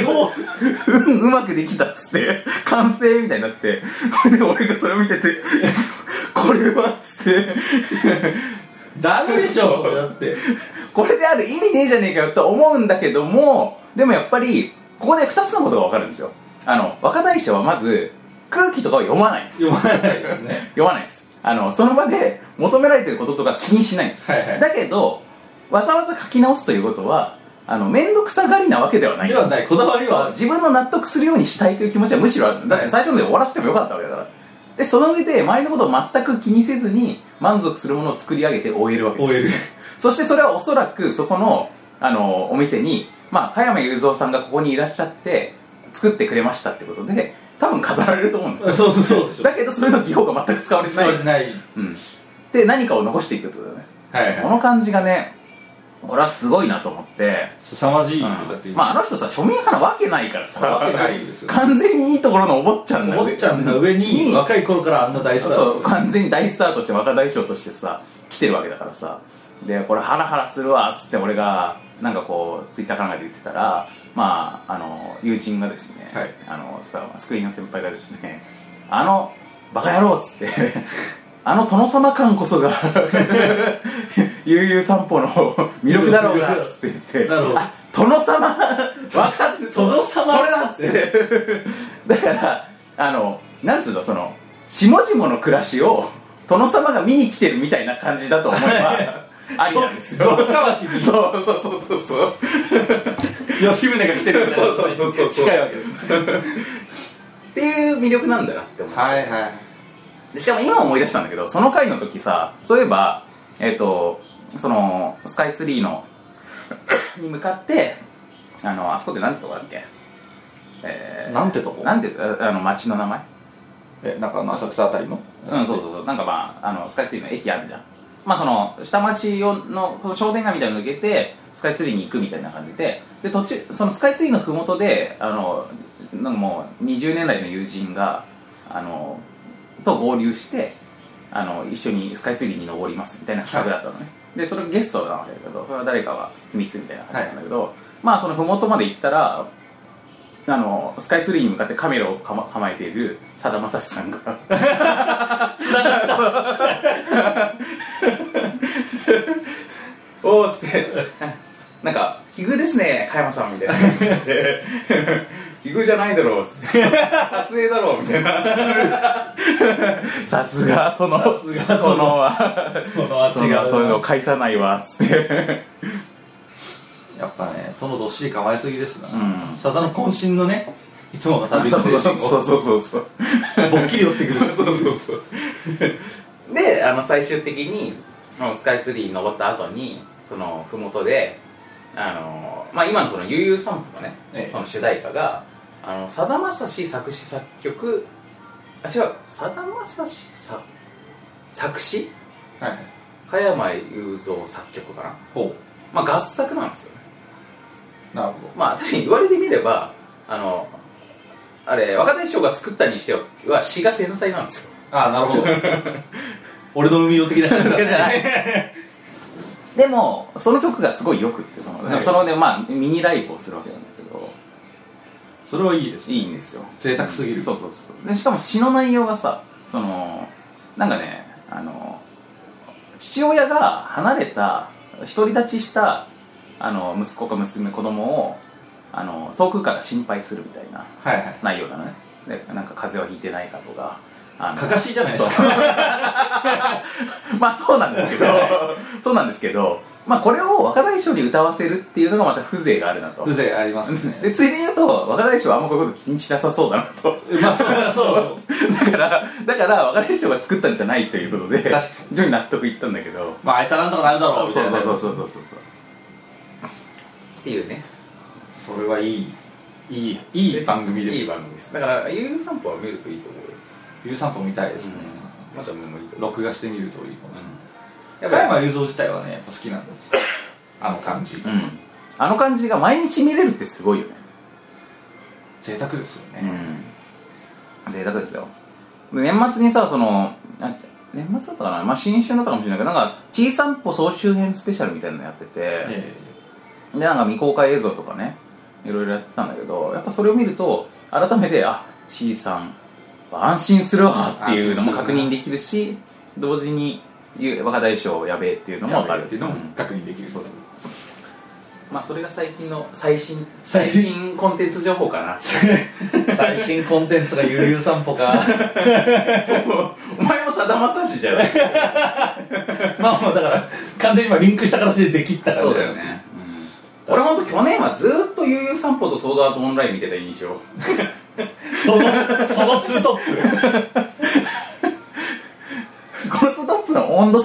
[SPEAKER 2] うん、うまくできたっつって完成みたいになって、で俺がそれを見ててこれはっつって
[SPEAKER 3] ダメでしょこれだって
[SPEAKER 2] これである意味ねえじゃねえかよと思うんだけども、でもやっぱりここでふたつのことが分かるんですよ。あの若大将はまず空気とかを読まないんです。
[SPEAKER 3] 読まないですね
[SPEAKER 2] 読まないです。あのその場で求められてることとか気にしないんです、はいはい、だけどわざわざ書き直すということはあの面倒くさがりなわけではない
[SPEAKER 3] ではない、こだわりは
[SPEAKER 2] 自分の納得するようにしたいという気持ちはむしろある。だって最初まで終わらせてもよかったわけだから、でその上で周りのことを全く気にせずに満足するものを作り上げて終えるわけです。
[SPEAKER 3] 終える
[SPEAKER 2] そしてそれはおそらくそこの、あのお店に、まあ、加山雄三さんがここにいらっしゃって作ってくれましたってことで多分飾られると思うんだよ。
[SPEAKER 3] そうそうでしょ。
[SPEAKER 2] だけどそれの技法が全く使われてない。
[SPEAKER 3] 使われてない、
[SPEAKER 2] うん、で何かを残していくってことだよね。
[SPEAKER 3] はいはい、
[SPEAKER 2] この感じがね、これはすごいなと思って。
[SPEAKER 3] 凄まじい、うん、
[SPEAKER 2] だってまああの人さ庶民派なわけないからさ、
[SPEAKER 3] わけないですよ、ね、
[SPEAKER 2] 完全にいいところのお坊ちゃんな
[SPEAKER 3] お坊ちゃんの上に若い頃からあんな大スター、
[SPEAKER 2] そう完全に大スターとして若大将としてさ来てるわけだからさ、でこれハラハラするわっつって俺がなんかこうツイッター考えて言ってたら、まああの友人がですね、はい、あのスクリーンの先輩がですね、あのバカ野郎っつってあの殿様感こそが悠々散歩の魅力だろうがっつって言って、あ殿様分かってる
[SPEAKER 3] 殿様
[SPEAKER 2] それだっつってだからあのなんつうの、その下々の暮らしを殿様が見に来てるみたいな感じだと思えばありなんですよ。
[SPEAKER 3] 城下町に
[SPEAKER 2] そうそうそうそうそう
[SPEAKER 3] 吉宗が来てるみたいな
[SPEAKER 2] そうそうそうそう
[SPEAKER 3] 近いわけです
[SPEAKER 2] っていう魅力なんだなって思って、
[SPEAKER 3] はいはい、
[SPEAKER 2] しかも今思い出したんだけど、その回の時さ、そういえばえっ、ー、とそのスカイツリーのに向かってあのあそこってなんてとこだっけ、
[SPEAKER 3] えー、なんてとこ
[SPEAKER 2] なんてあの町の名前
[SPEAKER 3] えなんか浅草あたりの
[SPEAKER 2] うんそうそうそう、なんかまああのスカイツリーの駅あるじゃん。まあその下町のこの商店街みたいなの抜けてスカイツリーに行くみたいな感じで、で途中そのスカイツリーの麓であのなんかもうにじゅうねん来の友人があのと合流してあの一緒にスカイツリーに登りますみたいな企画だったのね、はい、でそれゲストなわけだけど、それは誰かは秘密みたいな感じなんだけど、はい、まあその麓まで行ったらあのスカイツリーに向かってカメラをか、ま、構えているさだまさしさんがつながったおおっつってなんか奇遇ですね加山さんみたいな感じで奇遇じゃないだろう撮影だろうみたいなさすが殿
[SPEAKER 3] さすが
[SPEAKER 2] 殿は
[SPEAKER 3] 殿は違う、
[SPEAKER 2] そういうのを返さないわっつって
[SPEAKER 3] やっぱね殿どっしり構えすぎですな、
[SPEAKER 2] うん、
[SPEAKER 3] さだの渾身のねいつものサービス精神を
[SPEAKER 2] そうそうそうそう
[SPEAKER 3] ぼっきり寄ってくる
[SPEAKER 2] そうそうそうであの最終的にスカイツリーに登った後にその麓であの、まあ、今のその悠々散歩のね、ええ、その主題歌がさだまさし作詞作曲あ違うさだまさしさ作詞、はいはい、加山雄三作曲かな、ほう、まあ、合作なんですよね。
[SPEAKER 3] なるほど。
[SPEAKER 2] まあ確かに言われてみればあのあれ若大将が作ったにしては詩が繊細なんですよ。
[SPEAKER 3] ああなるほど俺の海用的な感じじゃない
[SPEAKER 2] でもその曲がすごいよくってその、はい、そのねまあミニライブをするわけなんだけど、
[SPEAKER 3] それはいいですね。
[SPEAKER 2] いいんですよ。
[SPEAKER 3] 贅沢すぎる。
[SPEAKER 2] そうそうそうでしかも詩の内容がさそのなんかねあの父親が離れた独り立ちしたあの息子か娘子供をあの遠くから心配するみたいな内容なのね、はいはい、でなんか風邪をひいてないかとか
[SPEAKER 3] かかしじゃないですか
[SPEAKER 2] まあそうなんですけどそうなんですけどまあこれを若大将に歌わせるっていうのがまた風情があるなと。
[SPEAKER 3] 風情ありますね
[SPEAKER 2] でついで言うと若大将はあんまこういうこと気にしなさそうだなと
[SPEAKER 3] まあそうそう
[SPEAKER 2] だからだから若大将が作ったんじゃないということで非常に納得いったんだけど、
[SPEAKER 3] まああいつはなんとかなるだろうみたいな。
[SPEAKER 2] そうそうそうそうそうそうっていうね。
[SPEAKER 3] それはいいいいいい番組です。
[SPEAKER 2] いい番組です。だから悠々散歩は見るといいと思うよ。
[SPEAKER 3] 悠々散歩見たいですね、
[SPEAKER 2] うん、またもういいと
[SPEAKER 3] 録画してみるといいかもしれない。加山雄三自体はねやっぱ好きなんですよあの感じ、うん、
[SPEAKER 2] あの感じが毎日見れるってすごいよね。
[SPEAKER 3] 贅沢ですよね、
[SPEAKER 2] うん、贅沢ですよ。年末にさそのあ年末だったかな、まあ、新春だったかもしれないけどなんか「ちい散歩総集編スペシャル」みたいなのやってて、えー、でなんか未公開映像とかねいろいろやってたんだけどやっぱそれを見ると改めてあちいさん安心するわっていうのも確認できるし同時に若大将やべえっていうのも分かる
[SPEAKER 3] っていうのも確認できる、うん、そう
[SPEAKER 2] まあそれが最近の最新最新コンテンツ情報かな
[SPEAKER 3] 最新コンテンツが悠々散歩か
[SPEAKER 2] お前もさだまさしじゃん
[SPEAKER 3] まあまあだから完全に今リンクした形でできったから
[SPEAKER 2] そうだよね、うん、俺ほんと去年はずっと悠々散歩とソードアートオンライン見てた印象
[SPEAKER 3] そのそのツートップ
[SPEAKER 2] このツートップの温度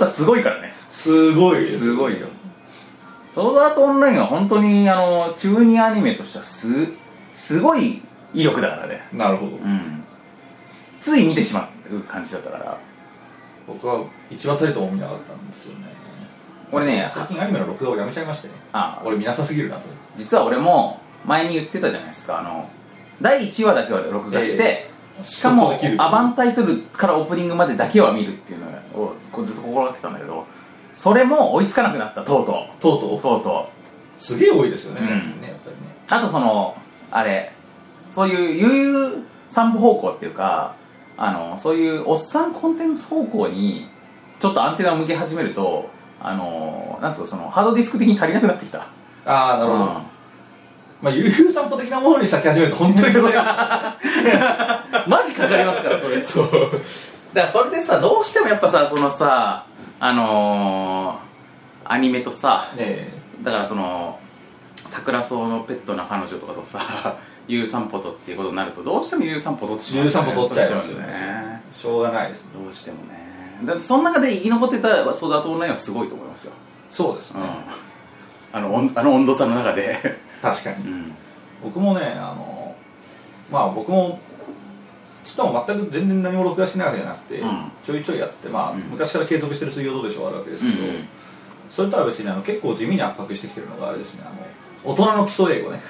[SPEAKER 3] ごいです、
[SPEAKER 2] すごいよ。ソードアートオンラインは本当にあの中二アニメとしてはすすごい威力だからね。
[SPEAKER 3] なるほど、うん、
[SPEAKER 2] つい見てしまう感じだったから、
[SPEAKER 3] 僕はいちわたりとも見なかったんですよね。
[SPEAKER 2] 俺ね、
[SPEAKER 3] 最近アニメの録画をやめちゃいましてね。ああ、俺見なさすぎるなと。
[SPEAKER 2] 実は俺も前に言ってたじゃないですか、あのだいいちわだけは録画して、えー、しかもアバンタイトルからオープニングまでだけは見るっていうのをずっと心がけてたんだけど、それも追いつかなくなった。とうとう
[SPEAKER 3] とうとう
[SPEAKER 2] とうと
[SPEAKER 3] うすげえ多いですよね、最近ね、やっぱりね。
[SPEAKER 2] あとそのあれ、そういう悠々散歩方向っていうか、あのそういうおっさんコンテンツ方向にちょっとアンテナを向け始めると、あのなんつうか、そのハードディスク的に足りなくなってきた。
[SPEAKER 3] ああ、なるほど、うん、まあ悠々散歩的なものに咲き始めると本当にかかりますからマジかかりますから、これ。
[SPEAKER 2] そうだからそれでさ、どうしてもやっぱさ、そのさ、あのー、アニメとさ、ね、だからその桜草のペットな彼女とかとさ、悠々散歩とっていうことになると、どうしても悠々散歩取ってしまう、
[SPEAKER 3] 悠々散歩取っちゃいますよね。しょうがないです、ね、
[SPEAKER 2] どうしてもね。だってその中で生き残ってたソードアートオンラインはすごいと思いますよ。
[SPEAKER 3] そうですね、
[SPEAKER 2] うん、あのあの温度差の中で
[SPEAKER 3] 確かに、うん、僕もね、あのまあ僕もちょっと全く全然何も録画してないわけじゃなくて、うん、ちょいちょいやって、まあ、うん、昔から継続してる水曜どうでしょうあるわけですけど、うんうん、それとは別にあの結構地味に圧迫してきてるのがあれですね、あの大人の基礎英語ね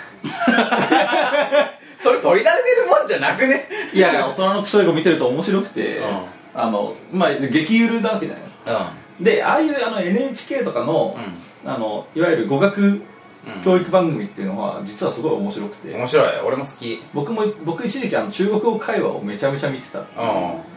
[SPEAKER 2] それ取りだめるもんじゃなくね。
[SPEAKER 3] いやいや、大人の基礎英語見てると面白くて、うん、あのまあ激ゆるなわけじゃないですか、うん、で、ああいうあの エヌエイチケー とかの、うん、あのいわゆる語学教育番組っていうのは実はすごい面白くて、
[SPEAKER 2] 面白い、俺も好き。
[SPEAKER 3] 僕も僕一時期あの中国語会話をめちゃめちゃ見てた、うん、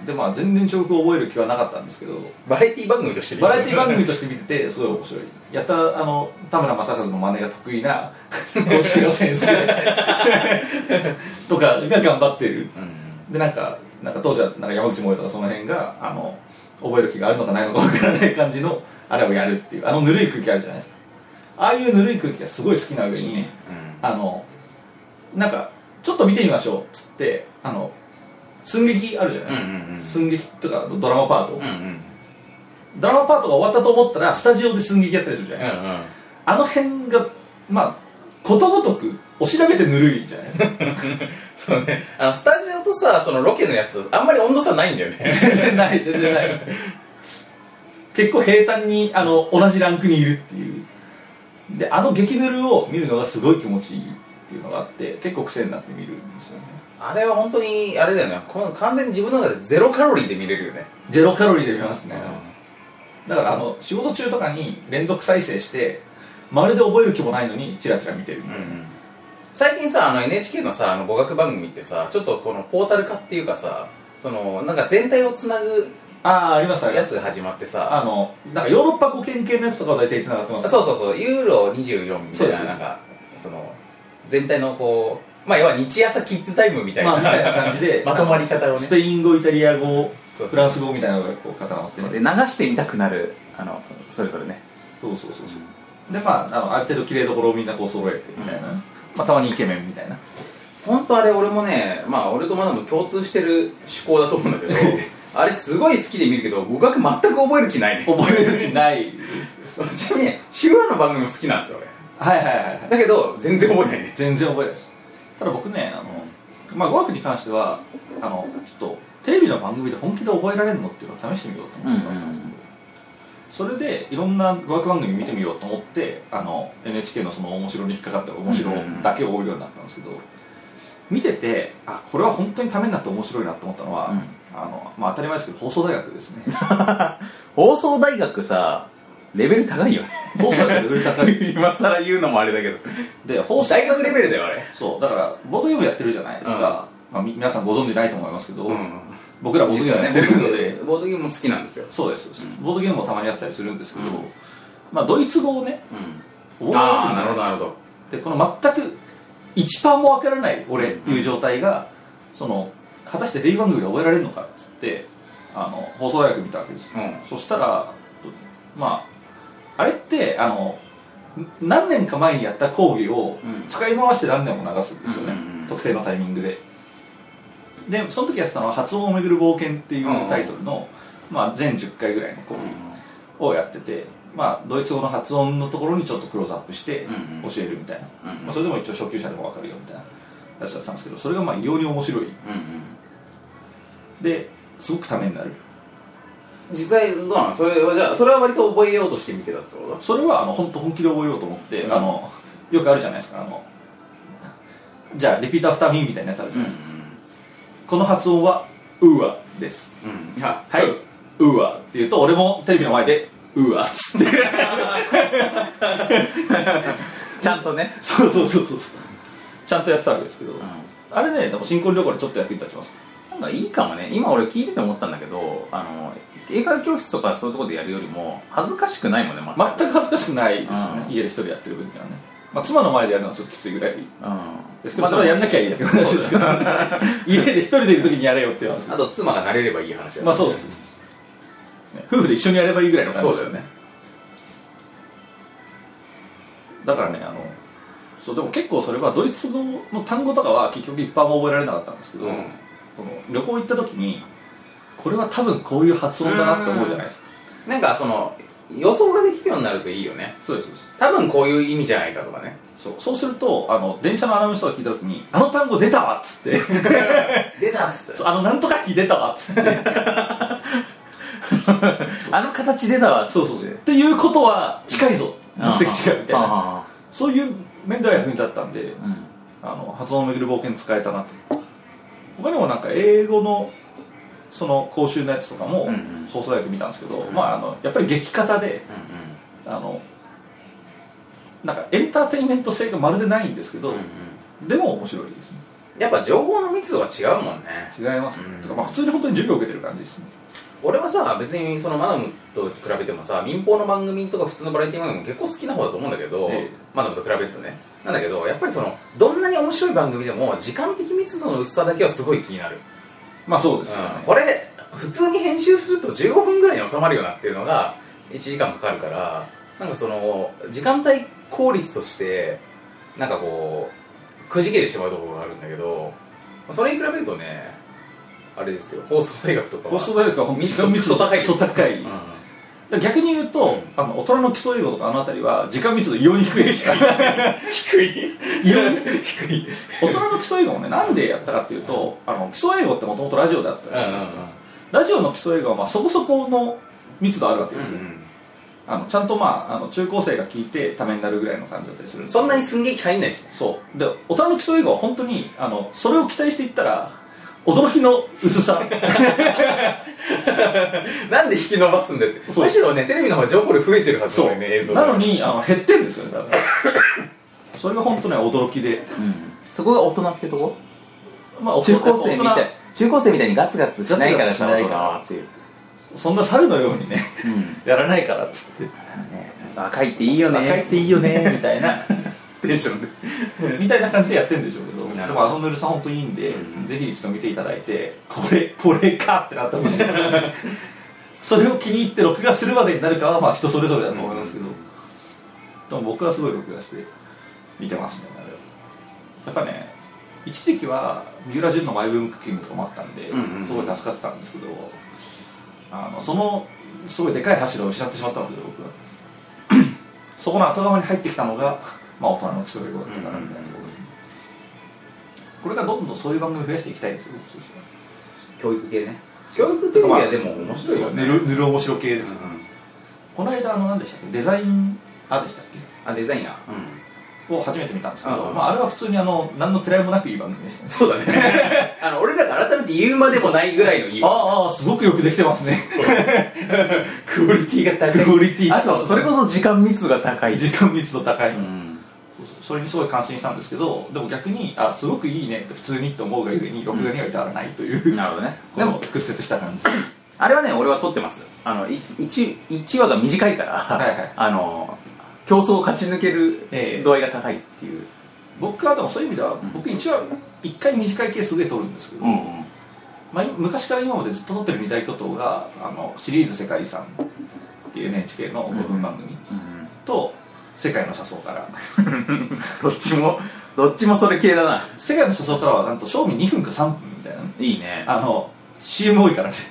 [SPEAKER 3] でまあ全然中国語を覚える気はなかったんですけど、
[SPEAKER 2] バラエティ番組として見
[SPEAKER 3] てバラエティ番組として見ててすごい面白い。やったあの田村正和の真似が得意な公式の先生とかが頑張ってる、うん、でなんかなんか当時はなんか山口萌とかその辺があの覚える気があるのかないのかわからない感じのあれをやるっていう、あのぬるい空気あるじゃないですか。ああいうぬるい空気がすごい好きな上にね、うん、あのなんかちょっと見てみましょうっつってあの寸劇あるじゃないですか、うんうんうん、寸劇とかドラマパート、うんうん、ドラマパートが終わったと思ったらスタジオで寸劇やったりするじゃないですか、うんうん、あの辺がまあことごとくお調べてぬるいじゃないですか
[SPEAKER 2] そうね、あのスタジオとさ、そのロケのやつあんまり温度差ないんだよね
[SPEAKER 3] 全然ない全然ない結構平坦にあの同じランクにいるっていうで、あの激ぬるを見るのがすごい気持ちいいっていうのがあって結構癖になって見るんですよね。
[SPEAKER 2] あれは本当にあれだよね、完全に自分の中でゼロカロリーで見れるよね。
[SPEAKER 3] ゼロカロリーで見ますね、うん、だからあの仕事中とかに連続再生してまるで覚える気もないのにチラチラ見てるみたいな、うん、
[SPEAKER 2] 最近さ、あの エヌエイチケー のさ、あの語学番組ってさ、ちょっとこのポータル化っていうかさ、そのなんか全体をつなぐ
[SPEAKER 3] ああ、あります
[SPEAKER 2] やつが始まってさ、
[SPEAKER 3] あのなんかヨーロッパ語圏系のやつとかは大体つながってます、ね、
[SPEAKER 2] そうそうそう、ユーロにじゅうよんみたいな、なんかその全体のこう、まあ要は日朝キッズタイムみたいな、まあ、みたいな感じでまとまり方をね、
[SPEAKER 3] スペイン語、イタリア語、フランス語みたいなのがこう固まって
[SPEAKER 2] で流してみたくなる、あのそれぞれね。
[SPEAKER 3] そうそうそうそう、うん、でまあ あのある程度綺麗どころをみんなこう揃えてみたいな、うん、まあ、たまにイケメンみたいな。
[SPEAKER 2] 本当あれ俺もね、まあ俺とマナも共通してる思考だと思うんだけどあれすごい好きで見るけど語学全く覚える気ないね。
[SPEAKER 3] 覚える気ない
[SPEAKER 2] ちなみにね、手話の番組も好きなんですよ
[SPEAKER 3] 俺。はいはいはい、はい、
[SPEAKER 2] だけど全然覚えないね。
[SPEAKER 3] 全然覚えないです。ただ僕ね、あのまあ語学に関してはあのちょっとテレビの番組で本気で覚えられるのっていうのを試してみようと思ってたんですけど、それでいろんな語学番組見てみようと思ってあの エヌエイチケー のその面白に引っかかって面白だけを追うようになったんですけど、見ててあこれは本当にためになって面白いなと思ったのは、うん、あのまあ、当たり前ですけど放送大学ですね
[SPEAKER 2] 放送大学さレベル高いよね。
[SPEAKER 3] 放送大学レベル高い
[SPEAKER 2] 今更言うのもあれだけど
[SPEAKER 3] で放送
[SPEAKER 2] 大学レベルだよあれ。
[SPEAKER 3] そうだからボードゲームやってるじゃないですか、うん、まあ、皆さんご存知ないと思いますけど、うん、僕らボードゲームやってるので、
[SPEAKER 2] ね、ボードゲームも好きなんですよ。
[SPEAKER 3] そうです、うん、ボードゲームもたまにやってたりするんですけど、
[SPEAKER 2] うん、
[SPEAKER 3] まあドイツ語をね、
[SPEAKER 2] うん、ああなるほどなるほど。
[SPEAKER 3] でこの全く いちパーセント も分からない俺っていう状態が、うん、その果たしてテレビ番組で覚えられるのかっつってあの放送大学見たわけですよ、うん、そしたらまああれってあの何年か前にやった講義を使い回して何年も流すんですよね、うん、特定のタイミングで。でその時やってたのは「発音をめぐる冒険」っていうタイトルの、うん、まあ、全じゅっかいぐらいの講義をやってて、 まあ、ドイツ語の発音のところにちょっとクローズアップして教えるみたいな、
[SPEAKER 2] うんうん、
[SPEAKER 3] まあ、それでも一応初級者でも分かるよみたいなやつだったんですけど、それがまあ異様に面白い、うんうん、ですごくためになる。
[SPEAKER 2] 実際どうなの？それはじゃあそれは割と覚えようとして見てたってこと？
[SPEAKER 3] それはあの本当本気で覚えようと思って、うん、あのよくあるじゃないですか、あのじゃあリピートアフターミーみたいなやつあるじゃないですか、うんうん、この発音はウーアです、うん、は、はい、ウーアって言うと俺もテレビの前でウーアっつって
[SPEAKER 2] ちゃんとね
[SPEAKER 3] そうそうそうそうちゃんとやってたわけですけど、うん、あれね、でも新婚旅行でちょっと役に立ちます。
[SPEAKER 2] なんかいいかもね。今俺聞いてて思ったんだけど、あの英会話教室とかそういうところでやるよりも恥ずかしくないもんね。
[SPEAKER 3] 全く恥ずかしくないですよね、うん、家で一人やってる分にはね。まあ、妻の前でやるのはちょっときついぐらい、うん、ですけど、それはやんなきゃいいだけの話ですけど家で一人でいる時にやれよっていう話です。
[SPEAKER 2] あと妻が慣れればいい話だ、ね、
[SPEAKER 3] まあそうです、ね、夫婦で一緒にやればいいぐらいの感じです。
[SPEAKER 2] そうだよね。
[SPEAKER 3] だからね、あのそうでも結構それはドイツ語の単語とかは結局一般も覚えられなかったんですけど、うん、この旅行行った時にこれは多分こういう発音だなって思うじゃないですか。
[SPEAKER 2] なんかその予想ができるようになるといいよね。
[SPEAKER 3] そうですそうです。
[SPEAKER 2] 多分こういう意味じゃないかとかね。
[SPEAKER 3] そうそうするとあの電車のアナウンスとか聞いた時にあの単語出たわっつって
[SPEAKER 2] 出たっつって
[SPEAKER 3] そうあのなんとか機出たわっつって
[SPEAKER 2] あの形出たわっつって
[SPEAKER 3] そうそうそうっていうことは近いぞ目的地がみたいなそういう面では役に立ったんで、うん、あの発音をめぐる冒険使えたなと。他にもなんか英語のその講習のやつとかも放送訳見たんですけど、うんうん、まああのやっぱり激方で、うんうん、あのなんかエンターテインメント性がまるでないんですけど、うんうん、でも面白いですね。
[SPEAKER 2] やっぱ情報の密度が違うもんね。
[SPEAKER 3] 違いますね、うん、てかまあ普通に本当に授業を受けてる感じですね。
[SPEAKER 2] 俺はさ別にそのマダムと比べてもさ民放の番組とか普通のバラエティ番組も結構好きな方だと思うんだけど、ええ、マダムと比べるとねなんだけどやっぱりそのどんなに面白い番組でも時間的密度の薄さだけはすごい気になる。
[SPEAKER 3] まあそうですよね、
[SPEAKER 2] うん、これ普通に編集するとじゅうごふんぐらいに収まるよなっていうのがいちじかんかかるからなんかその時間帯効率としてなんかこうくじけてしまうところがあるんだけどそれに比べるとねあれですよ放送大学とかは
[SPEAKER 3] 放送大学は本当に時間密度高いです。高いです、うん、逆に言うと、うん、あの大人の基礎英語とかあの辺りは時間密度異様に低い
[SPEAKER 2] 低い
[SPEAKER 3] 異様に低い大人の基礎英語もねなんでやったかっていうと、うん、あの基礎英語ってもともとラジオだったじゃないですか、うんうんうん、ラジオの基礎英語はまあそこそこの密度あるわけですよ、うんうん、あのちゃんとまああの中高生が聞いてためになるぐらいの感じだったりするんです。
[SPEAKER 2] そんなに寸劇入んないし、ね、
[SPEAKER 3] そうで大人の基礎英語は本当にあのそれを期待していったら驚きの薄さ
[SPEAKER 2] なんで引き伸ばすんだって。むしろねテレビの方が情報量増えてるはずだよね映像
[SPEAKER 3] なのにあの減ってるんですよね。だからそれが本当に驚きで、うん、
[SPEAKER 2] そこが大人ってとこ、
[SPEAKER 3] まあ、
[SPEAKER 2] 中高生みたい中高生みたいにガツガツしないからさ大人っていう
[SPEAKER 3] そんな猿のようにね、うん、やらないからっつって、ね、
[SPEAKER 2] 若いっていいよね
[SPEAKER 3] 若いっていいよねみたいな
[SPEAKER 2] テンションで
[SPEAKER 3] みたいな感じでやってるんでしょうけど、でもあのぬるさ本当にいいんで、うん、ぜひ一度見ていただいてこれこれかってなってほしいですねそれを気に入って録画するまでになるかはまあ人それぞれだと思いますけど、うん、でも僕はすごい録画して見てますね。やっぱね一時期は三浦淳のマイブームクッキングとかもあったんで、うんうん、すごい助かってたんですけどあのそのすごいでかい柱を失ってしまったので僕はそこの後側に入ってきたのが、まあ、大人の基礎英語だったかなみたいなところですね、うんうん、これからどんどんそういう番組増やしていきたいんですよ。そうしたら
[SPEAKER 2] 教育系ね教育テレビはでも面白いよね。
[SPEAKER 3] ぬるぬる面白系ですよ、うんうん、この間あの何でしたっけデザインあでしたっけ
[SPEAKER 2] あデザイナー、
[SPEAKER 3] うん、を初めて見たんですけど、まあ、あれは普通にあの何のてらいもなくいい番組でしたね。
[SPEAKER 2] そうだねあの俺らが改めて言うまでもないぐらいのいい
[SPEAKER 3] ああすごくよくできてますね
[SPEAKER 2] クオリティが高い。
[SPEAKER 3] クオリティ
[SPEAKER 2] あとそれこそ時間密度が高い。
[SPEAKER 3] 時間密度高い、うん、そうそうそれにすごい感心したんですけどでも逆にあすごくいいねって普通にって思うがゆえに録画には至らないという、
[SPEAKER 2] うん、なるほどね。
[SPEAKER 3] でも屈折した感じ
[SPEAKER 2] あれはね俺は撮ってます。あの 1, 1話が短いから、はいはい、あの競争を勝ち抜ける度合いが高いっていう、えー、
[SPEAKER 3] 僕はでもそういう意味では、うん、僕いちわいっかい短いケースで撮るんですけど、うんうんまあ、昔から今までずっと撮ってる二大巨頭があのシリーズ世界遺産っていう エヌエイチケー のごふん番組、うんうん、と世界の車窓から
[SPEAKER 2] どっちもどっちもそれ系だな。
[SPEAKER 3] 世界の車窓からはなんと賞味にふんかさんぷんみたいな、ね、
[SPEAKER 2] いいね。
[SPEAKER 3] あの シーエム 多いからね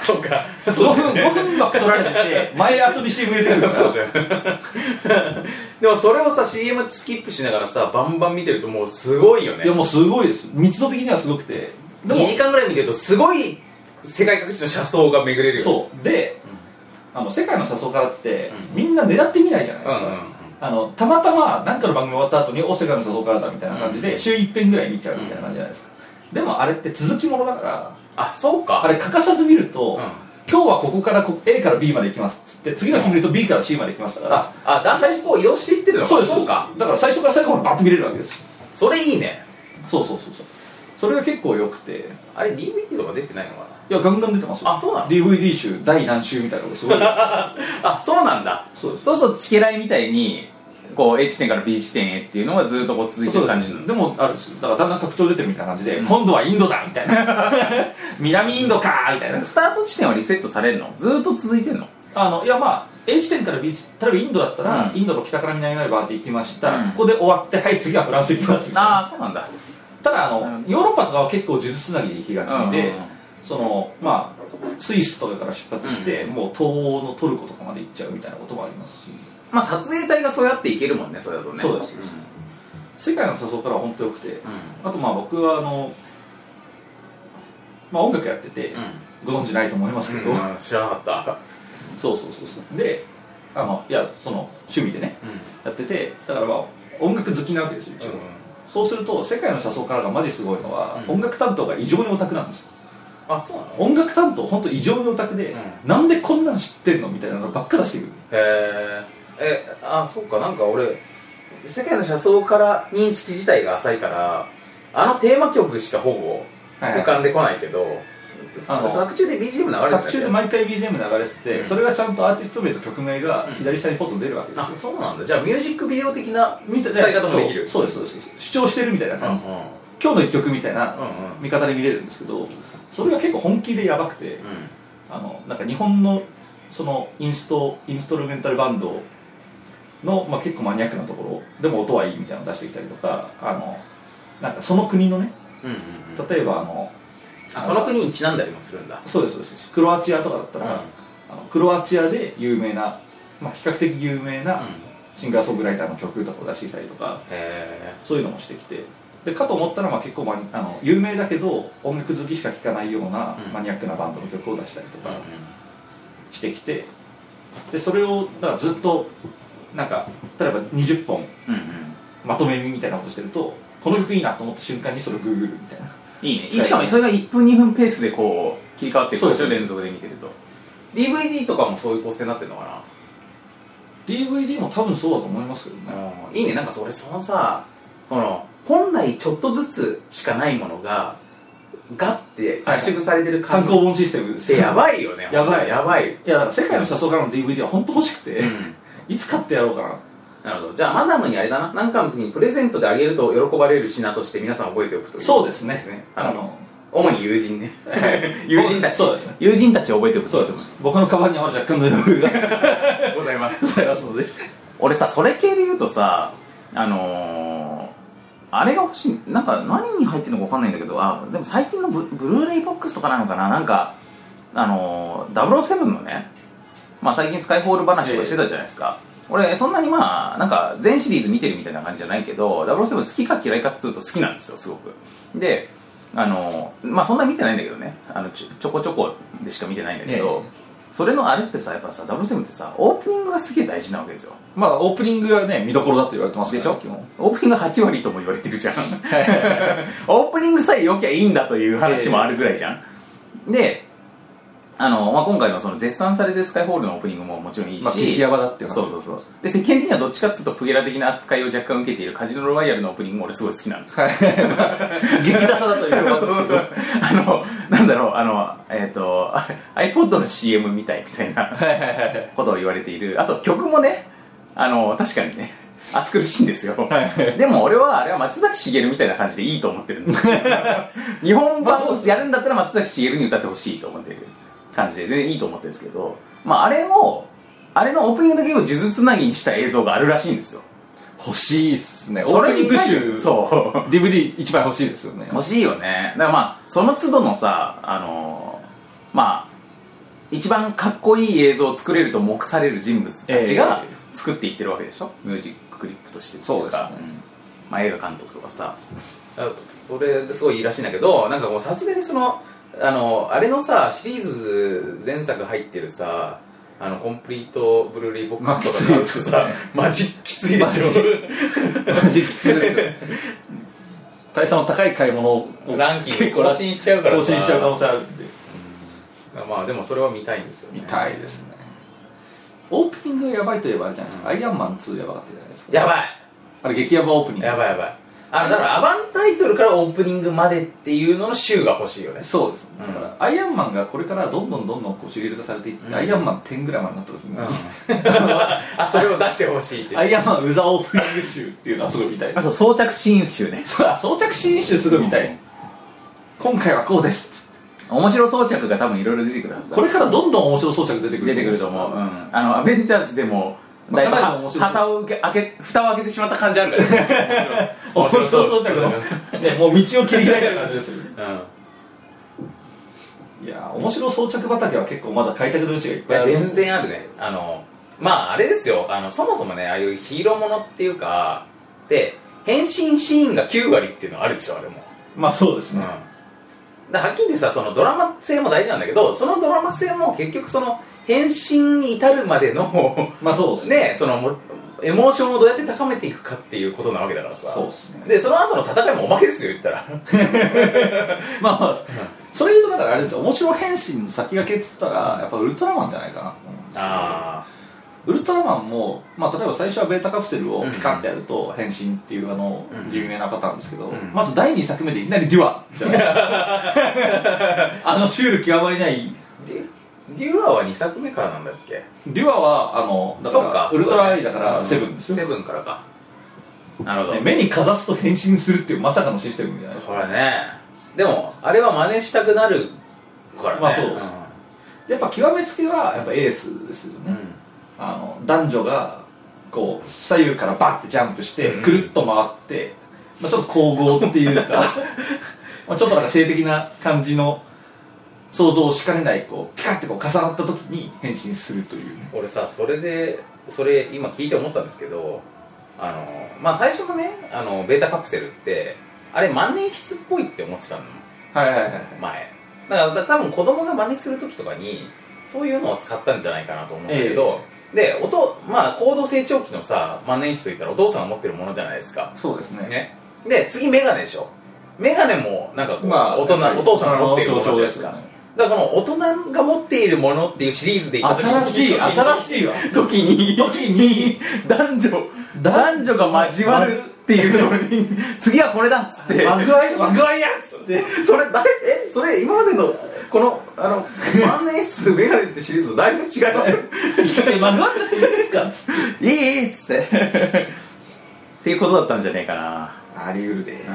[SPEAKER 2] そうか
[SPEAKER 3] ごふんごふんばっか取られてて前後に シーエム 入れてるんですよ
[SPEAKER 2] でもそれをさ シーエム スキップしながらさバンバン見てるともうすごいよね。
[SPEAKER 3] いやもうすごいです。密度的にはすごくて
[SPEAKER 2] にじかんぐらい見てるとすごい世界各地の車窓が巡れるよね。
[SPEAKER 3] そうで、うん、あの世界の車窓からって、うん、みんな狙ってみないじゃないですか、うんうんうん、あのたまたま何かの番組終わった後にお世界の車窓からだみたいな感じで、うん、週いっぺんぐらい見ちゃうみたいな感じじゃないですか、うん、でもあれって続きものだから
[SPEAKER 2] あそうか
[SPEAKER 3] あれ欠かさず見ると、うん、今日はここから A から B まで行きますっつって次の日見ると B から C まで行きましたから、
[SPEAKER 2] ああだ最初こう移動していってるのか。
[SPEAKER 3] そうですそうか。だから最初から最後までバッと見れるわけですよ。
[SPEAKER 2] それいいね。
[SPEAKER 3] そうそうそうそう。それが結構良くて。
[SPEAKER 2] あれ ディーブイディー とか出てないのかな。
[SPEAKER 3] いやガンガン出てますよ。
[SPEAKER 2] あそうなの。
[SPEAKER 3] ディーブイディー 集第何週みたいなのがすごい
[SPEAKER 2] あそうなんだ。
[SPEAKER 3] そうです。
[SPEAKER 2] そうそうチケライみたいにこう A 地点から B 地点へっていうのがずっとこう続いてる感じなの。
[SPEAKER 3] でもあるんですよ。だからだんだん拡張出てるみたいな感じで、うん、今度はインドだみたいな南インドかーみたいな。
[SPEAKER 2] スタート地点はリセットされるの？ずっと続いてるの？
[SPEAKER 3] あのいやまあ A 地点から B 地点、例えばインドだったら、うん、インドの北から南までバーって行きました、うん、ここで終わってはい次はフランス行きますみたいな。
[SPEAKER 2] ああそうなんだ。
[SPEAKER 3] ただあの、うん、ヨーロッパとかは結構呪術つなぎで行きがちで、うんうんうん、そのまあスイスとかから出発して、うん、もう東欧のトルコとかまで行っちゃうみたいなこともありますし、
[SPEAKER 2] まあ撮影隊がそうやって行けるもんね。それだとね。
[SPEAKER 3] そうです、うん、世界の車窓からは本当良くて、うん、あとまあ僕はあの、まあ、音楽やってて、うん、ご存知ないと思いますけど、うん、
[SPEAKER 2] 知らなかった
[SPEAKER 3] そうそうそうそうであのいやその趣味でね、うん、やっててだからまあ音楽好きなわけですよ一応、うん、そうすると世界の車窓からがマジすごいのは、うん、音楽担当が異常にオタクなんですよ。
[SPEAKER 2] あそうなの。
[SPEAKER 3] 音楽担当本当異常にオタクで、うん、なんでこんなん知ってんのみたいなのばっか出してくる。
[SPEAKER 2] へええあそうか。なんか俺世界の車窓から認識自体が浅いからあのテーマ曲しかほぼ浮かんでこないけど、はいはい、作中で ビージーエム 流れてた。
[SPEAKER 3] 作中で毎回 ビージーエム 流れてて、うん、それがちゃんとアーティスト名と曲名が左下にポッと出るわけですよ、うん、
[SPEAKER 2] あそうなんだ。じゃあミュージックビデオ的な使い方もできる。
[SPEAKER 3] そうですそうです主張してるみたいな感じ、うんうん、今日の一曲みたいな見方で見れるんですけど、それが結構本気でやばくて、うん、あのなんか日本のそのインストインストルメンタルバンドの、まあ、結構マニアックなところでも音はいいみたいなのを出してきたりとか、あのなんかその国のね、うんうんうん、例えばあの
[SPEAKER 2] あその国にちなんだりもするんだ。
[SPEAKER 3] そうですそうです。クロアチアとかだったら、うん、あのクロアチアで有名な、まあ、比較的有名なシンガーソングライターの曲とかを出してきたりとか、うん、そういうのもしてきて、でかと思ったらまあ結構マニあの有名だけど音楽好きしか聴かないような、うん、マニアックなバンドの曲を出したりとかしてきて、でそれをだからずっとなんか例えばにじゅっぽん、うんうん、まとめみたいなことしてると、この曲いいなと思った瞬間にそれをグーグルみたいな。
[SPEAKER 2] いいね。しかもそれがいっぷんにふんペースでこう切り替わっていくでしょ、連続で見てると。 ディーブイディー とかもそういう構成になってるのかな。
[SPEAKER 3] ディーブイディー も多分そうだと思いますけどね。
[SPEAKER 2] いいね。なんかそれそのさ、この本来ちょっとずつしかないものがガッて圧縮されてる感じ、
[SPEAKER 3] 単行本システム
[SPEAKER 2] ってやばいよね。
[SPEAKER 3] やばい
[SPEAKER 2] やばい。
[SPEAKER 3] いやだから世界の車窓からの ディーブイディー は本当欲しくて、うん、いつ買ってやろうかな。
[SPEAKER 2] なるほど。じゃあマダムにあれだな、何かの時にプレゼントであげると喜ばれる品として皆さん覚えておくという。
[SPEAKER 3] そうですね。
[SPEAKER 2] ですね。あの主に友人ね友人たち。
[SPEAKER 3] そうですね。
[SPEAKER 2] 友人たちを覚えておくと。
[SPEAKER 3] そうです。僕のカバンには若干の余裕が
[SPEAKER 2] ございます
[SPEAKER 3] ございますので。
[SPEAKER 2] 俺さそれ系で言うとさ、あのー、あれが欲しい。なんか何に入ってるのか分かんないんだけど、あでも最近の ブ, ブルーレイボックスとかなのかな。なんかあのー、ダブルオーセブンのね、まあ最近スカイフォール話とかしてたじゃないですか。えー俺そんなにまあなんか全シリーズ見てるみたいな感じじゃないけど、ダブルオーセブン好きか嫌いかっつうと好きなんですよすごく。であのまあそんな見てないんだけどね、あのちょちょこちょこでしか見てないんだけど、えー、それのあれってさやっぱさダブルオーセブンってさオープニングがすげえ大事なわけですよ。
[SPEAKER 3] まあオープニングがね見どころだと言われてます
[SPEAKER 2] でしょ。オープニングがはちわりとも言われてるじゃんオープニングさえ良きゃいいんだという話もあるぐらいじゃん、えー、であのまあ、今回のその絶賛されてるスカイホールのオープニングももちろんいいし、まあ、
[SPEAKER 3] 激ヤバだっていう話。
[SPEAKER 2] そうそうそう。で世間的にはどっちかっつうとプゲラ的な扱いを若干受けているカジノロワイヤルのオープニングも俺すごい好きなんです。はい
[SPEAKER 3] 激ダサだということですけど
[SPEAKER 2] あのなんだろうあのえっ、ー、と iPod の シーエム みたいみたいなことを言われている。あと曲もね、あの確かにね暑苦しいんですよでも俺はあれは松崎しげるみたいな感じでいいと思ってるんです日本版をやるんだったら松崎しげるに歌ってほしいと思ってる感じで全然いいと思ってるんですけど、まあ、あれをあれのオープニングだけを数珠つなぎにした映像があるらしいんですよ。
[SPEAKER 3] 欲しいっすね。オープニング集
[SPEAKER 2] そう
[SPEAKER 3] ディーブイディー 一番欲しいですよね。
[SPEAKER 2] 欲しいよね。だからまあその都度のさあのー、まあ一番かっこいい映像を作れると目される人物たちが作っていってるわけでしょ、ミュージッククリップとして。
[SPEAKER 3] そうですね、
[SPEAKER 2] まあ、映画監督とかさ、それすごいいいらしいんだけど、なんかもうさすがにそのあのあれのさシリーズ前作入ってるさあのコンプリートブルーレイボックスとか買うとさ、マジきついでしょ。
[SPEAKER 3] マジきついですよ。大差の高い買い物を
[SPEAKER 2] ランキング更新しちゃうからさ、
[SPEAKER 3] 更新しちゃう可能性あるんで、
[SPEAKER 2] うん、まあでもそれは見たいんですよね。
[SPEAKER 3] 見たいですね。オープニングがやばいといえばあれじゃないですか、うん、アイアンマンツーやばかったじゃないですか。
[SPEAKER 2] やばい、
[SPEAKER 3] あれ激ヤバオープニング。
[SPEAKER 2] やばいやばい。あのだからアバンタイトルからオープニングまでっていうのの週が欲しいよね。
[SPEAKER 3] そうです、うん、だからアイアンマンがこれからどんどんどんどんこうシリーズ化されていって、うん、アイアンマンテンぐらいまでになった時に、うん、
[SPEAKER 2] あそれを出してほしいって
[SPEAKER 3] アイアンマンウザオープニング集っていうのはすごい見たいです。
[SPEAKER 2] あと装着シーン集ね。
[SPEAKER 3] そう装着シーン集すごい見たいです、うん、今回はこうです
[SPEAKER 2] 面白装着が多分いろいろ出てくるはずだ。
[SPEAKER 3] これからどんどん面白装着出てくる
[SPEAKER 2] 出てくると思う、うん、あのアベンジャーズでもだいぶ旗を開け蓋を開けてしまった感じあるからね。
[SPEAKER 3] 面白装着のね、もう道を切り開いた感じですよね、うん、いや面白装着畑は結構まだ開拓の余地がいっぱいある。
[SPEAKER 2] 全然あるね。あのまああれですよ、あのそもそもねああいうヒーローものっていうかで変身シーンがきゅう割っていうのはあるでしょあれも。
[SPEAKER 3] まあそうですね、
[SPEAKER 2] うん、だはっきり言ってさそのドラマ性も大事なんだけどそのドラマ性も結局その変身に至るまでの
[SPEAKER 3] まあそうですね、
[SPEAKER 2] ね、そのエモーションをどうやって高めていくかっていうことなわけだからさ。
[SPEAKER 3] そうですね。
[SPEAKER 2] でその後の戦いもおまけですよ言ったら。
[SPEAKER 3] まあまあ、うん、それ言うとだからあれですよ、面白変身の先駆けっつったらやっぱウルトラマンじゃないかなと思うんですけど。あウルトラマンも、まあ、例えば最初はベータカプセルをピカッてやると変身っていうあの地味めなパターンですけど、うん、まずだいにさくめでいきなりデュアじゃないですか。あのシュール極まりない
[SPEAKER 2] デュアはにさくめからなんだっけ。
[SPEAKER 3] デュアはあのだからウルトラアイだからセブンですよ。
[SPEAKER 2] セブンからか。なるほど。
[SPEAKER 3] 目にかざすと変身するっていうまさかのシステムじゃないですか。
[SPEAKER 2] それね。でもあれは真似したくなるからね。
[SPEAKER 3] まあそうです、うん、やっぱ極めつけはやっぱエースですよね、うん、あの男女がこう左右からバッてジャンプしてくるっと回って、うん、まあ、ちょっと神々っていうかまあちょっとなんか性的な感じの想像をしかねないこうピカッてこう重なった時に変身するというね。
[SPEAKER 2] 俺さそれでそれ今聞いて思ったんですけど、あのまあ最初のねあのベータカプセルってあれ万年筆っぽいって思ってたの。
[SPEAKER 3] はいはいはい、
[SPEAKER 2] 前だから多分子供が真似する時とかにそういうのを使ったんじゃないかなと思うんだけど、えー、でおとまあ高度成長期のさ万年筆といったらお父さんが持ってるものじゃないですか。
[SPEAKER 3] そうですね。
[SPEAKER 2] ねで次メガネでしょ。メガネもなんかこう、まあ、大人お父さんが持っているものじゃないですか。だからこの大人が持っているものっていうシリーズでいった時に
[SPEAKER 3] 新しい新しいわ
[SPEAKER 2] 時に
[SPEAKER 3] 時に
[SPEAKER 2] 男女男女が交わるっていうのに次はこれだっつって
[SPEAKER 3] マグワイマグワイやっつって
[SPEAKER 2] それ誰えそれ今までのこのあの万年筆メガネってシリーズとだいぶ違います
[SPEAKER 3] マグワイちゃっていいですかっつって
[SPEAKER 2] いいいいっつってっていうことだったんじゃねえかな。
[SPEAKER 3] あり得るで、うん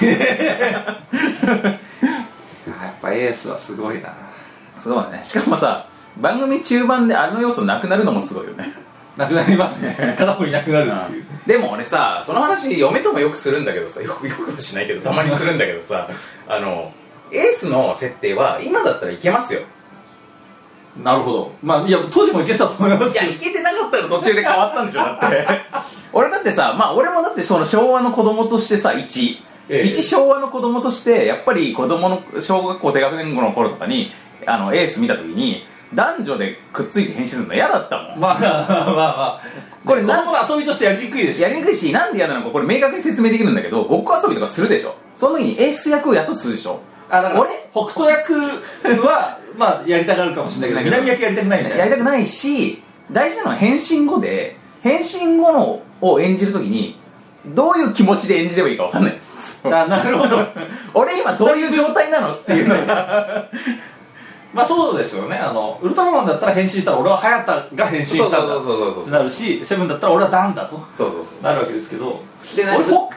[SPEAKER 3] やっぱエースはすごいな。
[SPEAKER 2] すごいね。しかもさ番組中盤であの要素なくなるのもすごいよね。
[SPEAKER 3] なくなりますね。片方いなくなるっていう、
[SPEAKER 2] うん、でも俺さその話嫁ともよくするんだけどさよくよくはしないけどたまにするんだけどさあのエースの設定は今だったらいけますよ。
[SPEAKER 3] なるほど。まあいや当時もいけてたと思います
[SPEAKER 2] いやいけてなかったら途中で変わったんでしょだって俺だってさまあ俺もだってその昭和の子供としてさ一ええ、一昭和の子供としてやっぱり子供の小学校低学年後の頃とかにあのエース見た時に男女でくっついて変身するの嫌だったもん。
[SPEAKER 3] まあまあまあまあこれ子供の遊びとしてやりにくいです
[SPEAKER 2] やりにくいしなんで嫌なのかこれ明確に説明できるんだけどごっこ遊びとかするでしょ。その時にエース役をやっとするでしょ。
[SPEAKER 3] あだから俺北斗役はまあやりたがるかもしれないけど南役やりたくないみたいな
[SPEAKER 2] やりたくないし大事なのは変身後で変身後のを演じる時にどういう気持ちで演じればいいか分かんないです。
[SPEAKER 3] あなるほど
[SPEAKER 2] 俺今どういう状態なのっていうのが
[SPEAKER 3] まあそうですよね。あのウルトラマンだったら変身したら俺はハヤタが変身したんだってなるしセブンだったら俺はダンだと
[SPEAKER 2] そうそう
[SPEAKER 3] なるわけですけど
[SPEAKER 2] で俺北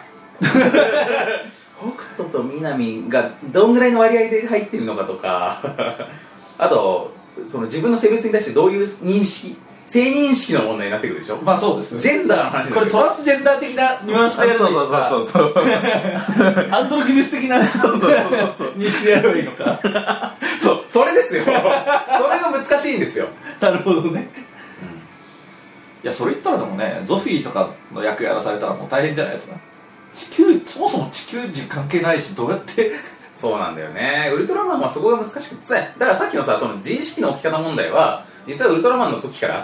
[SPEAKER 2] 北斗と南がどんぐらいの割合で入ってるのかとかあとその自分の性別に対してどういう認識性認識の問題になってくるでしょ。
[SPEAKER 3] まあそうですよね。
[SPEAKER 2] ジェンダーの話
[SPEAKER 3] これトランスジェンダー的なニュアンスでやればいいのか
[SPEAKER 2] そうそうそうそう
[SPEAKER 3] アンドロギニス的な
[SPEAKER 2] そうそうそうそう
[SPEAKER 3] 認識でやればいいのか
[SPEAKER 2] そうそれですよそれが難ししいんですよ。
[SPEAKER 3] なるほどね、うん、いやそれ言ったらでもねゾフィーとかの役やらされたらもう大変じゃないですか。地球そもそも地球人関係ないしどうやって
[SPEAKER 2] そうなんだよね。ウルトラマンはそこが難しくて、だからさっきのさその自意識の起き方問題は実はウルトラマンの時からあって、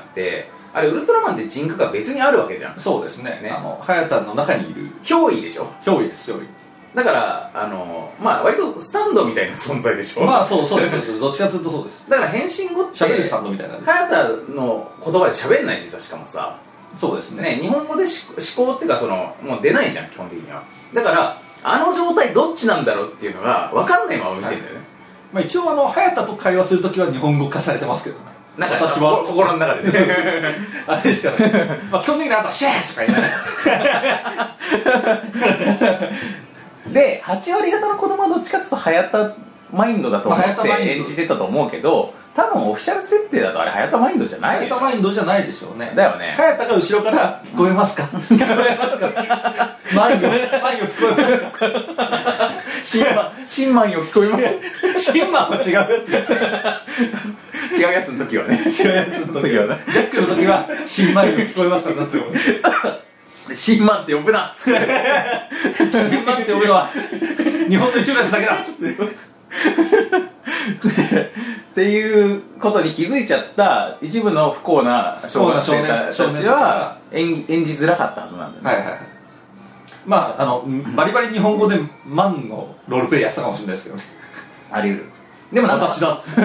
[SPEAKER 2] あれウルトラマンって人格が別にあるわけじゃん。
[SPEAKER 3] そうですね、ね、あのハヤタの中にいる
[SPEAKER 2] 憑依でしょ。
[SPEAKER 3] 憑依です憑依
[SPEAKER 2] だからあのまあ割とスタンドみたいな存在でしょ。
[SPEAKER 3] まあそうそうですそうですどっちかというとそうです。
[SPEAKER 2] だから変身後って
[SPEAKER 3] 喋るスタンドみたいな
[SPEAKER 2] ハヤタの言葉で喋んないしさ、しかもさ
[SPEAKER 3] そうです ね,
[SPEAKER 2] ね日本語で思考っていうかそのもう出ないじゃん基本的には。だからあの状態どっちなんだろうっていうのが分かんないまま見てんだよね、はい
[SPEAKER 3] まあ、一応あのハヤタと会話するときは日本語化されてますけどね。
[SPEAKER 2] なんか
[SPEAKER 3] 私は
[SPEAKER 2] 心の中でね
[SPEAKER 3] あれですからね、まあ、基本的にあとはシェースとか言うね
[SPEAKER 2] ではち割方の子供はどっちかっていうとハヤタマインドだと思って演じてたと思うけど、多分オフィシャル設定だとあれハヤタマインドじゃないでしょ。
[SPEAKER 3] ハヤタマインドじゃないでしょうね。
[SPEAKER 2] だよね。
[SPEAKER 3] ハヤタが後ろから聞こえますか聞こえますかマインドマインド聞こえますか
[SPEAKER 2] シンマシンマンよ聞こえます
[SPEAKER 3] シンマンは違うやつですね
[SPEAKER 2] 違うやつの時はね
[SPEAKER 3] 違うやつの時はねジャックの時はシンマンよ聞こえますかだって思う
[SPEAKER 2] シンマンって呼ぶなっつって
[SPEAKER 3] シンマンって呼ぶのは日本の一部のやつだけだっつって
[SPEAKER 2] っていうことに気づいちゃった一部の不幸な小学生たちは演じづらかったはずなんだよね。
[SPEAKER 3] はいはいはい。まああのバリバリ日本語でマンのロールプレイやってたかもしれないですけどね。
[SPEAKER 2] あり得る。でも
[SPEAKER 3] 私だっつって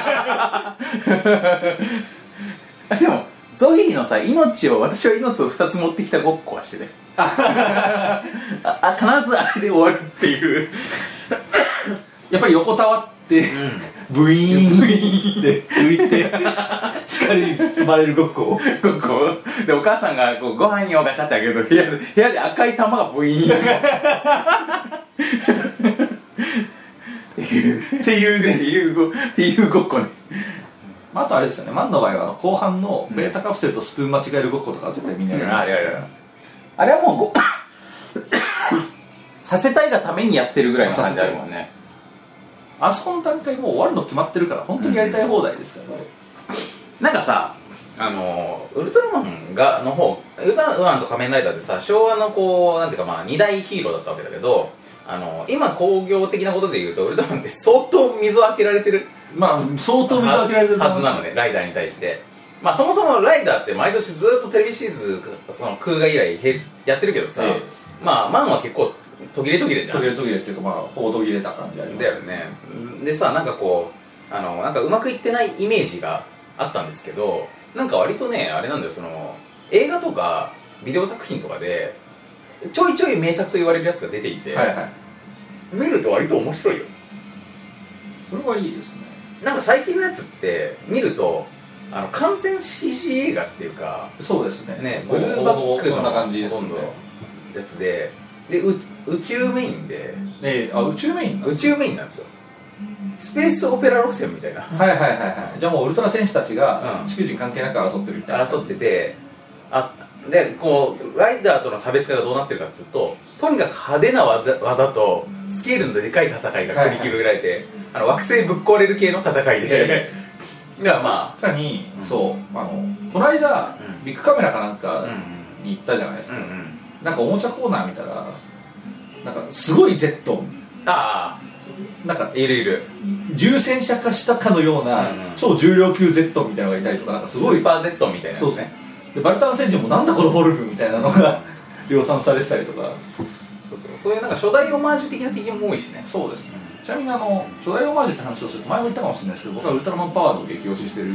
[SPEAKER 2] でもゾフィーのさ命を私は命をふたつ持ってきたごっこはしてねああ必ずあれで終わるっていう
[SPEAKER 3] やっぱり横たわって、うん、ブイーンって浮いて光に包まれるごっこ
[SPEAKER 2] ごっこでお母さんがこうご飯よガチャってあげると部屋で部屋で赤い玉がブイーンっていうっていうねっていうごっていうごっこね。
[SPEAKER 3] あとあれですよね、マンの場合はあの後半のベータカプセルとスプーン間違えるごっことか絶対みんなやりますよね、うん、
[SPEAKER 2] あれはもうごさせたいがためにやってるぐらいの感じあるもんね。
[SPEAKER 3] あそこの段階もう終わるの決まってるから本当にやりたい放題ですからね、
[SPEAKER 2] うん、なんかさあのウルトラマンがの方ウルトラマンと仮面ライダーってさ昭和のこうなんていうかまあ二大ヒーローだったわけだけど、あの今工業的なことでいうとウルトラマンって相当水を開けられてる
[SPEAKER 3] まあ相当水を開けられてる
[SPEAKER 2] はずなのねライダーに対して。まあそもそもライダーって毎年ずっとテレビシリーズその空画以来やってるけどさ、ええ、まあマンは結構途切れ途切れじゃん。
[SPEAKER 3] 途切れ途切れっていうかまあほぼ途切れた感じあります
[SPEAKER 2] だよね。でさなんかこうあのなんかうまくいってないイメージがあったんですけど、なんか割とねあれなんだよ、その映画とかビデオ作品とかでちょいちょい名作と言われるやつが出ていて、はいはい、見ると割と面白いよ。
[SPEAKER 3] それはいいですね。
[SPEAKER 2] なんか最近のやつって見るとあの完全 シージー 映画っていうか、
[SPEAKER 3] そうですね、
[SPEAKER 2] ねブルーバックの
[SPEAKER 3] そんな感じですね
[SPEAKER 2] やつで、で宇宙メインで、
[SPEAKER 3] えー、あ宇宙メイン
[SPEAKER 2] 宇宙メインなんですよ。スペースオペラ路線みたいな。
[SPEAKER 3] はいはいはいはい。じゃあもうウルトラ戦士たちが地球人関係なく争ってるみたいな、
[SPEAKER 2] うん、争ってて、あでこうライダーとの差別化がどうなってるかっつうと、とにかく派手な技, 技とスケールのでかい戦いが繰り広げられて、はいはい、あの惑星ぶっ壊れる系の戦いで、
[SPEAKER 3] いやまあ確かに、うん、そうあのこの間、うん、ビッグカメラかなんかに行ったじゃないですか、うんうん、なんかおもちゃコーナー見たらなんかすごい Z、
[SPEAKER 2] ああ
[SPEAKER 3] なんか
[SPEAKER 2] いるいる
[SPEAKER 3] 重戦車化したかのような、うんうん、超重量級 Z みたいなのがいたりとか、なんかすごい
[SPEAKER 2] スーパー Z みたいな、ね、
[SPEAKER 3] そうですね。でバルタン戦士もなんだこのフォルムみたいなのが量産されてたりとか、
[SPEAKER 2] そうそう、そういうなんか初代オマージュ的な敵も多いしね。
[SPEAKER 3] そうですね、うん、ちなみにあの初代オマージュって話をすると前も言ったかもしれないですけど、僕はウルトラマンパワードを激推ししてる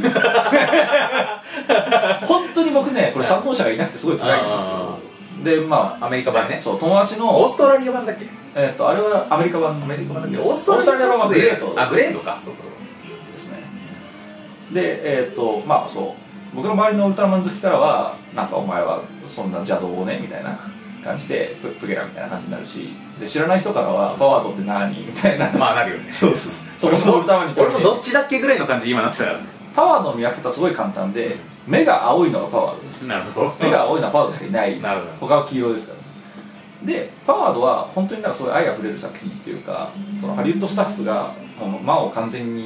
[SPEAKER 3] 本当に僕ねこれ賛同者がいなくてすごい辛いんですけど、でまあ
[SPEAKER 2] アメリカ版ね、
[SPEAKER 3] そう友達の
[SPEAKER 2] オーストラリア版だっけ、
[SPEAKER 3] えー、っとあれはアメリカ版アメリカ版だけど、
[SPEAKER 2] オーストラリア版はグレード、あグレードか、そう
[SPEAKER 3] ですね。でえー、っとまあそう僕の周りのウルトラマン好きからはなんかお前はそんな邪道をねみたいな感じで プ, プゲラみたいな感じになるし、で知らない人からはパワードって何みたいな、
[SPEAKER 2] まあなるよね
[SPEAKER 3] そうそうそう、そもそもウルトラマンに
[SPEAKER 2] 俺もどっちだっけぐらいの感じ今なってたよ。
[SPEAKER 3] パワードの見分け方すごい簡単で、目が青いのがパワードです。
[SPEAKER 2] なるほど、
[SPEAKER 3] 目が青いのはパワードしかいない。
[SPEAKER 2] なるほど、
[SPEAKER 3] 他は黄色ですから、ね、でパワードは本当になんかそういう愛あふれる作品っていうか、そのハリウッドスタッフがもうマンを完全に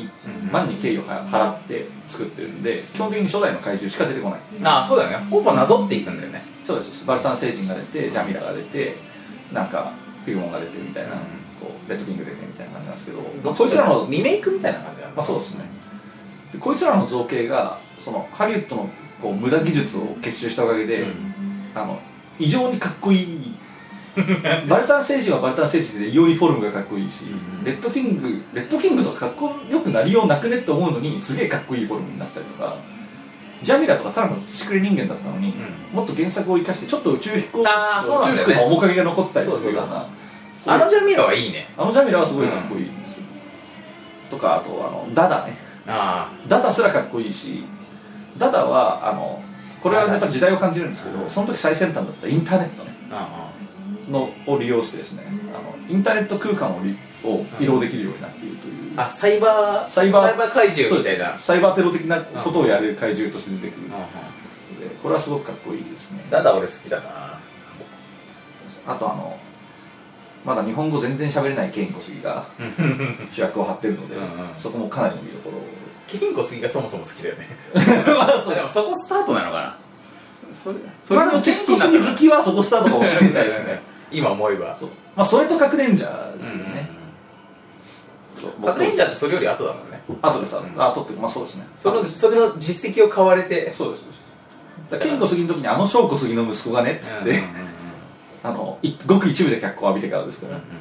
[SPEAKER 3] 万に敬意を払って作ってるんで、基本的に初代の怪獣しか出てこない。
[SPEAKER 2] ああそうだよね、ほぼなぞっていくんだよね。
[SPEAKER 3] そうです。バルタン星人が出て、ジャミラが出て、なんかピグモンが出てみたいな、うん、こうレッドキング出てみたいな感じなんですけど、まあ、こいつらの
[SPEAKER 2] リメイクみたいな感じだよね。
[SPEAKER 3] まあそうですね。でこいつらの造形がそのハリウッドのこう無駄技術を結集したおかげで、うん、あの異常にかっこいいバルタン星人はバルタン星人で異様にフォルムがかっこいいし、うん、レッドキングレッドキングとかかっこよくなりようなくねって思うのにすげえかっこいいフォルムになったりとか、ジャミラとかただのしくれ人間だったのに、うん、もっと原作を生かしてちょっと宇宙飛行士の宇宙服の面影が残ってたりするような、
[SPEAKER 2] あのジャミラはいいね。
[SPEAKER 3] あのジャミラはすごいかっこいいんですよ、うん、とかあとあのダダね、あダダすらかっこいいし、ダダはあのこれはやっぱ時代を感じるんですけど、その時最先端だったインターネットねのを利用してですね、あのインターネット空間をを移動できるようになっているという、
[SPEAKER 2] あサイバーサイバー怪獣みたいな、
[SPEAKER 3] サイバーテロ的なことをやる怪獣として出てくるので、これはすごくかっこいいですね。
[SPEAKER 2] ダダ俺好きだな。
[SPEAKER 3] あとあのまだ日本語全然喋れないケイン小杉が主役を張ってるので、うん、うん、そこもかなりの見どころ。
[SPEAKER 2] ケイン小杉がそもそも好きだよねそうでもそこスタートなのかな。それそれ
[SPEAKER 3] のケイン小杉好きはそこスタートかもしれないですね
[SPEAKER 2] 今思えば。
[SPEAKER 3] そう、まあ、それと核レンジャーですよね、
[SPEAKER 2] うんうん、核レンジャーってそれより後だもんね。
[SPEAKER 3] 後でさ、うん、後ってまあそうですね、
[SPEAKER 2] そのそれの実績を買われて。
[SPEAKER 3] そうですそうです。だケイン小杉の時にあの翔小杉の息子がねっつって、うんうんうん、あのごく一部で脚光を浴びてからですから、うんうん、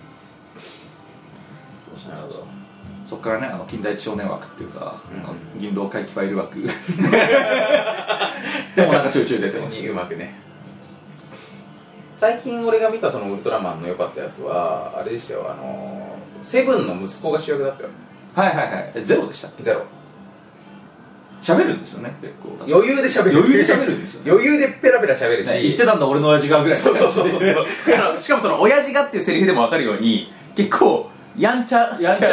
[SPEAKER 3] なるほど。そこからね、あの近代一少年枠っていうか、うん、銀狼回帰ファイル枠でもなんかちょいちょい出てます
[SPEAKER 2] うまくね。最近俺が見たそのウルトラマンの良かったやつはあれでしたよ、あのセブンの息子が主役だったよ。
[SPEAKER 3] はいはいはい。ゼロでしたっけ。
[SPEAKER 2] ゼロ。
[SPEAKER 3] 喋るんですよね、結構。
[SPEAKER 2] 余裕で喋る。
[SPEAKER 3] 余裕で喋るんですよ、ね、
[SPEAKER 2] 余裕でペラペラ喋るし、ね、
[SPEAKER 3] 言ってたんだ俺の親父がぐらいの感じで
[SPEAKER 2] しかもその親父がっていうセリフでも分かるように結構やんちゃ
[SPEAKER 3] やんちゃ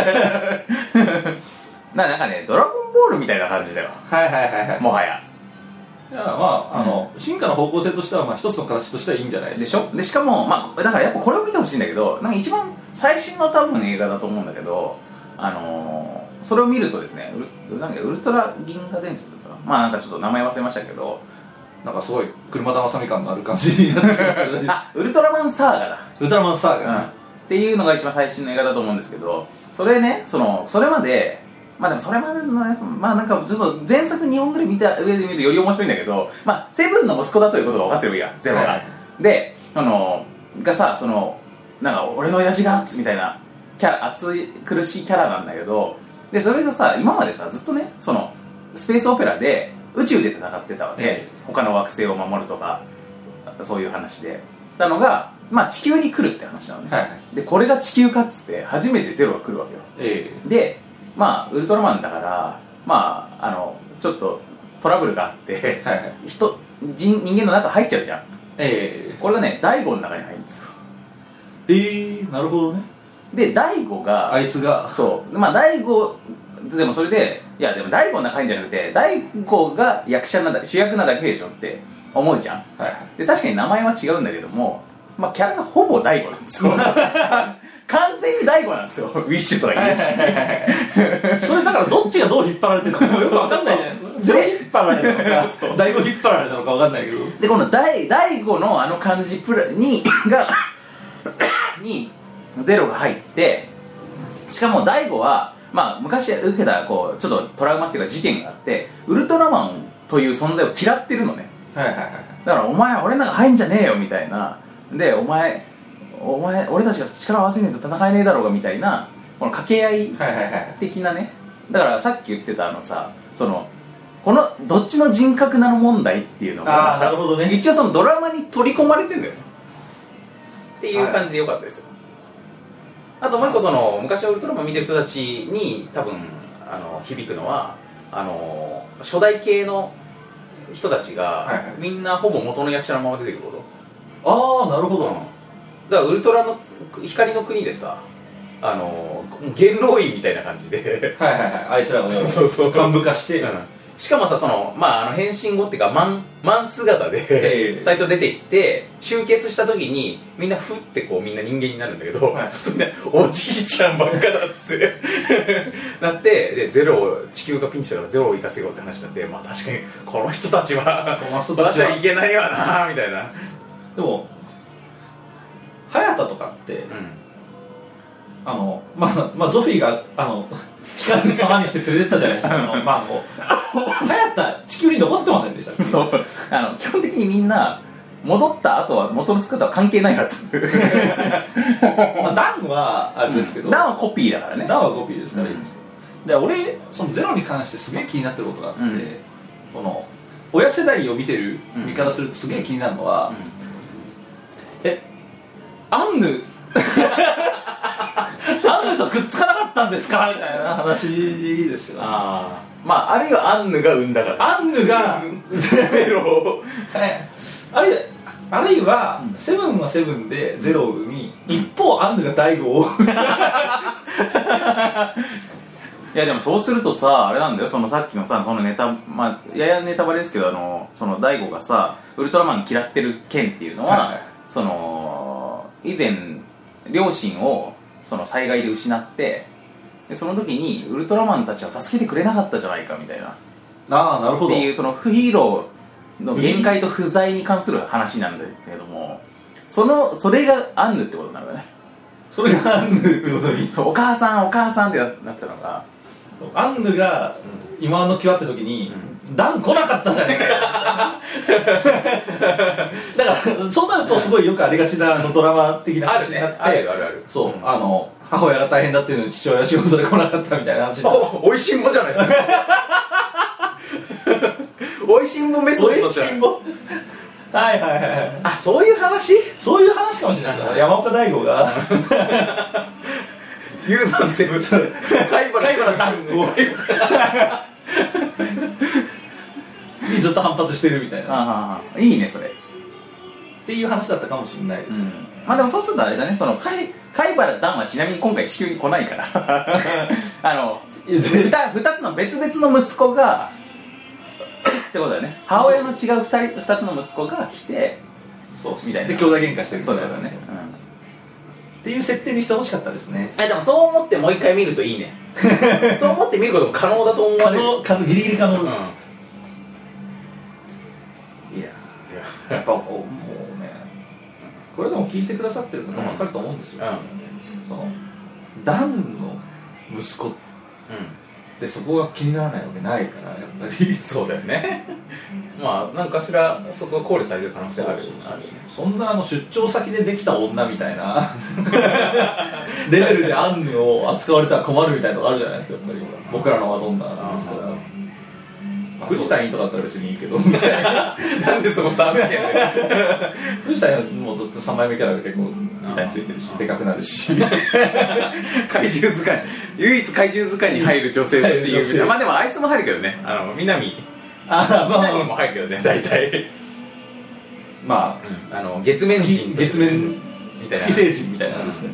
[SPEAKER 2] な、なんかね、ドラゴンボールみたいな感じだよ。
[SPEAKER 3] はいはいはいはい。
[SPEAKER 2] もはや。
[SPEAKER 3] いやまあ、あの、うん、進化の方向性としてはまあ一つの形としてはいいんじゃないですか。
[SPEAKER 2] でしょ。でしかもまあだからやっぱこれを見てほしいんだけど、なんか一番最新の多分映画だと思うんだけど、あのー、それを見るとですね、ウル、なんかウルトラ銀河伝説だったかな、まあなんかちょっと名前忘れましたけど、
[SPEAKER 3] なんかすごい車田正美感のある感じになってます
[SPEAKER 2] あ、ウルトラマンサーガだ。
[SPEAKER 3] ウルトラマンサーガ、ね、
[SPEAKER 2] うん、っていうのが一番最新の映画だと思うんですけど、それね、そのそれまでまあでもそれまでのやつまあなんかちょっと前作にほんぐらい見た上で見るとより面白いんだけど、まあセブンの息子だということが分かってるやん、ゼロが、はい、で、あのがさ、そのなんか俺の親父がみたいなキャラ、熱い苦しいキャラなんだけど、でそれがさ今までさずっとね、そのスペースオペラで宇宙で戦ってたわけ、えー、他の惑星を守るとかそういう話でたのが、まあ地球に来るって話なのね、はいはい、でこれが地球かっつって初めてゼロが来るわけよ、えー、でまあウルトラマンだからまああのちょっとトラブルがあってはい、はい、人 人, 人間の中入っちゃうじゃん、えー、これがね大悟の中に入るんですよ。
[SPEAKER 3] えー、なるほどね。
[SPEAKER 2] で大悟が
[SPEAKER 3] あいつが
[SPEAKER 2] そうまあ大悟でもそれでいやでも大悟の中に入るんじゃなくて大悟が役者なだ主役なだけでしょって思うじゃん、はいはい、で確かに名前は違うんだけども、まあ、キャラがほぼ大悟なんですよ完全に大悟なんですよウィッシュとか言うし
[SPEAKER 3] それだからどっちがどう引っ張られてるのかよく分かんないじゃないゼロ引っ張られたのか大悟引っ張られたのか分かんないけど、
[SPEAKER 2] でこの大悟のあの感じプラにがにゼロが入って、しかも大悟は、まあ、昔受けたこうちょっとトラウマっていうか事件があってウルトラマンという存在を嫌ってるのね、はいはいはい、だからお前俺なんか入んじゃねえよみたいな、でお前お前俺たちが力を合わせねえと戦えねえだろうがみたいなこの掛け合い的なね、だからさっき言ってたあのさ、そのこのどっちの人格なの問題っていうのが
[SPEAKER 3] あなるほど、ね、
[SPEAKER 2] 一応そのドラマに取り込まれてるんだよっていう感じでよかったですよ、はい、あともう一個その昔はウルトラマン見てる人たちに多分あの響くのはあの初代系の人たちが、はいはい、みんなほぼ元の役者のまま出てくること。
[SPEAKER 3] ああなるほど、うん、
[SPEAKER 2] だからウルトラの光の国でさあの元老院みたいな感じで
[SPEAKER 3] はいはいはいあいつらがもう幹部化して、うん、
[SPEAKER 2] しかもさ、その、まあ、あの変身後っていうか、マン、マン姿で、えー、最初出てきて、集結した時に、みんなふってこう、みんな人間になるんだけど、はい、そうするとね、おじいちゃんばっかだっつって、なって、で、ゼロを、地球がピンチだからゼロを生かせようって話になって、まあ確かに、この人たちは、この人たちはいけないわなみたいな。
[SPEAKER 3] でも、早田とかって、うん、あの、まあ、まあ、ゾフィーが、あの、光の玉にして連れてったじゃないですか、あのマンゴー。早田、地球に残ってませんでしたっけ？
[SPEAKER 2] そう。あの、基本的にみんな、戻った後は元の姿は関係ないはず。
[SPEAKER 3] まあ、ダンはあれですけど、うん、
[SPEAKER 2] ダンはコピーだからね。
[SPEAKER 3] ダンはコピーですからいいんですよ。で、俺、そのゼロに関してすげえ気になってることがあって、うん、この、親世代を見てる身からするとすげえ気になるのは、うん、え、アンヌアンヌとくっつかなかったんですかみたいな話ですよ、ね、
[SPEAKER 2] あまああるいはアンヌが産んだから
[SPEAKER 3] アンヌがゼロをあるいはあるいは、うん、セブンはセブンでゼロを生み、うん、一方アンヌが大悟を
[SPEAKER 2] いやでもそうするとさあれなんだよ、そのさっきのさそのネタ、まあややネタバレですけど、あのその大悟がさウルトラマン嫌ってる件っていうのは、はい、その以前両親をその災害で失ってでその時にウルトラマンたちは助けてくれなかったじゃないかみたいな、
[SPEAKER 3] ああなるほど
[SPEAKER 2] っていうそのヒーローの限界と不在に関する話なんだけども、そのそれがアンヌってことになるよね。
[SPEAKER 3] それがアンヌってことに
[SPEAKER 2] そうお母さんお母さんってなったのが
[SPEAKER 3] アンヌが今の際って時に、うん、ダン来なかったじゃねえかよだからそうなるとすごいよくありがちなあのドラマ的な
[SPEAKER 2] 話になって、あるね、あるあるある
[SPEAKER 3] そう、うん、あの母親が大変だっていうのに父親は仕事で来なかったみたいな話に
[SPEAKER 2] おいしんぼじゃないですかおいしんぼメソッドじゃん。
[SPEAKER 3] はいはいはい、
[SPEAKER 2] あ、そういう話
[SPEAKER 3] そういう話かもしれないですね。山岡大吾が
[SPEAKER 2] ユーザーセブン貝原ダンを
[SPEAKER 3] にずっと反発してるみたいな。
[SPEAKER 2] ああいいねそれ
[SPEAKER 3] っていう話だったかもしれないです、うん、
[SPEAKER 2] まあでもそうするとあれだね、その貝原ダンはちなみに今回地球に来ないからあの ふた, つの別々の息子がってことだよね。母親の違う 2, 人2つの息子が来て
[SPEAKER 3] そうみたいなで兄弟喧嘩してるみたいな。
[SPEAKER 2] そうだよね、
[SPEAKER 3] うん、っていう設定にしてほしかったですね。
[SPEAKER 2] えでもそう思ってもう一回見るといいねそう思って見ることも可能だと思われる。
[SPEAKER 3] 可能ギリギリ可能です、
[SPEAKER 2] うん、いや
[SPEAKER 3] やっぱもうねこれでも聞いてくださってる方も分かると思うんですよ、うん、そのダンの息子、うんでそこが気にならないわけないからやっぱり
[SPEAKER 2] そうだよねまあ何かしらそこが考慮される可能性ある。
[SPEAKER 3] そんなあの出張先でできた女みたいなレベルでアンヌを扱われたら困るみたいなのがあるじゃないですかやっぱり僕らのはどんななんですから藤田院とかだったら別にいいけどみたいな
[SPEAKER 2] なんでその差つけて
[SPEAKER 3] 藤田院はもうさんまいめキャラが結構みたいについてるしでかくなるし
[SPEAKER 2] 怪獣図鑑唯一怪獣図鑑に入る女性として有名まあでもあいつも入るけどね、あの南あ南も入るけどね大体
[SPEAKER 3] ま
[SPEAKER 2] あ、うん、あの月面人
[SPEAKER 3] 月面みたいな月星人みたいなのですね、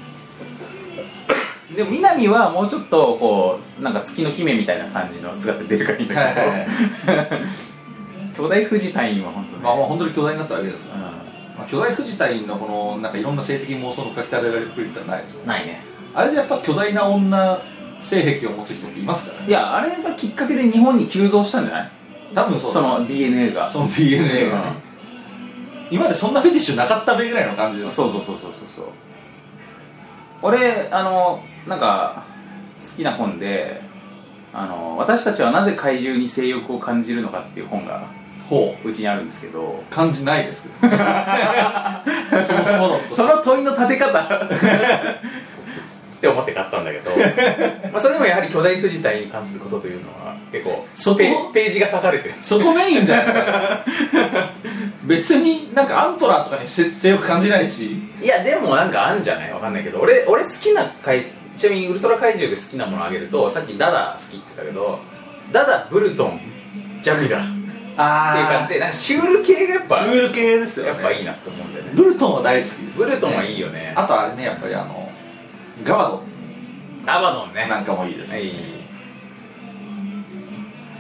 [SPEAKER 2] うん、でも南はもうちょっとこうなんか月の姫みたいな感じの姿出るからいいんだけど、はいはいはい、巨大藤田院は本当に、ね、
[SPEAKER 3] まあ、まあ本当に巨大になったわけですから、うんまあ、巨大藤田院のこのなんかいろんな性的妄想の書き立てられるプリントはないですか。
[SPEAKER 2] ないね。
[SPEAKER 3] あれでやっぱ巨大な女性癖を持つ人っていますからね。
[SPEAKER 2] いやあれがきっかけで日本に急増したんじゃない。
[SPEAKER 3] 多分そう
[SPEAKER 2] その ディーエヌエー が
[SPEAKER 3] その ディーエヌエー がね、うん、今までそんなフェティッシュなかったべぐらいの感じです。
[SPEAKER 2] そうそうそうそうそう俺あのなんか好きな本であの私たちはなぜ怪獣に性欲を感じるのかっていう本が
[SPEAKER 3] ほう
[SPEAKER 2] うちにあるんですけど
[SPEAKER 3] 感じないですけどそもそもの
[SPEAKER 2] その問いの立て方って思って買ったんだけどまあそれでもやはり巨大藤田に関することというのは結構そペ, ページが割かれてる。
[SPEAKER 3] そこメインじゃないですか別になんかアントラーとかに性欲感じないし。
[SPEAKER 2] いやでもなんかあんじゃないわかんないけど 俺, 俺好きな怪ちなみにウルトラ怪獣で好きなものをあげるとさっきダダ好きって言ったけどダダブルトンジャミラあっていう感じでなんかシュール系がやっぱ
[SPEAKER 3] シュール系ですよね。
[SPEAKER 2] やっぱいいなと思うんだよね。
[SPEAKER 3] ブルトンは大好きです、ね、
[SPEAKER 2] ブルトンはいいよね。
[SPEAKER 3] あとあれねやっぱりあのガバドン
[SPEAKER 2] ガバドンね
[SPEAKER 3] なんかもいいですね。
[SPEAKER 2] はい、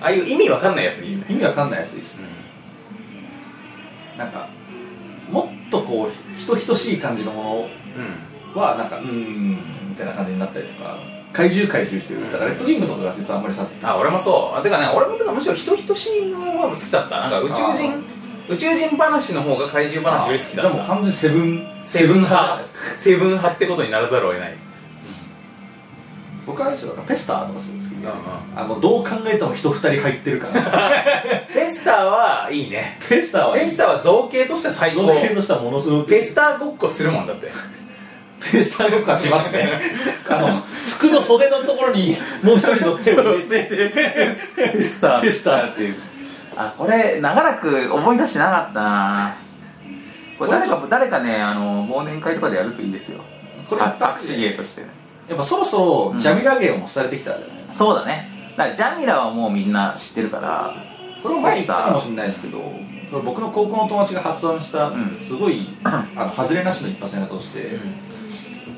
[SPEAKER 2] ああいう意味わかんないやついいね。
[SPEAKER 3] 意味わかんないやついいですね、うん、なんかもっとこう人等しい感じのものはなんかうーんみたいな感じになったりとか、怪獣怪獣してる、だからレッドキングとかが実はあんまりさせて、
[SPEAKER 2] あ、俺もそう。あ、てかね、俺もてかむしろ人等しいのが好きだった。なんか宇宙人宇宙人話の方が怪獣話より好きだった。
[SPEAKER 3] じゃあもう完全にセブン
[SPEAKER 2] セブン派セブン派ってことにならざるを得ない。
[SPEAKER 3] 僕はあれですよ、ペスターとかそうですけど、ね、うんうん、あのどう考えても人ふたり入ってるから
[SPEAKER 2] ペスターはいいね。
[SPEAKER 3] ペスターはいい。
[SPEAKER 2] ペスターは造形としては最高。
[SPEAKER 3] 造形としてはものすごく
[SPEAKER 2] ペスターごっこするもんだって
[SPEAKER 3] ペスターごっこはしますねあの服の袖のところにもう一人乗ってる
[SPEAKER 2] ペスター
[SPEAKER 3] ペスターっていう。
[SPEAKER 2] あ、これ長らく思い出してなかったな。これ誰か誰かね、あの忘年会とかでやるといいですよ。これ隠し芸としてね。
[SPEAKER 3] やっぱそろそろジャミラ芸もされてきたじゃないですか、うん、
[SPEAKER 2] そうだね。だからジャミラはもうみんな知ってるから、
[SPEAKER 3] これも前言ったかもしれないですけど、これ僕の高校の友達が発案したすごい、うん、あの外れなしの一発ネタとして、うん、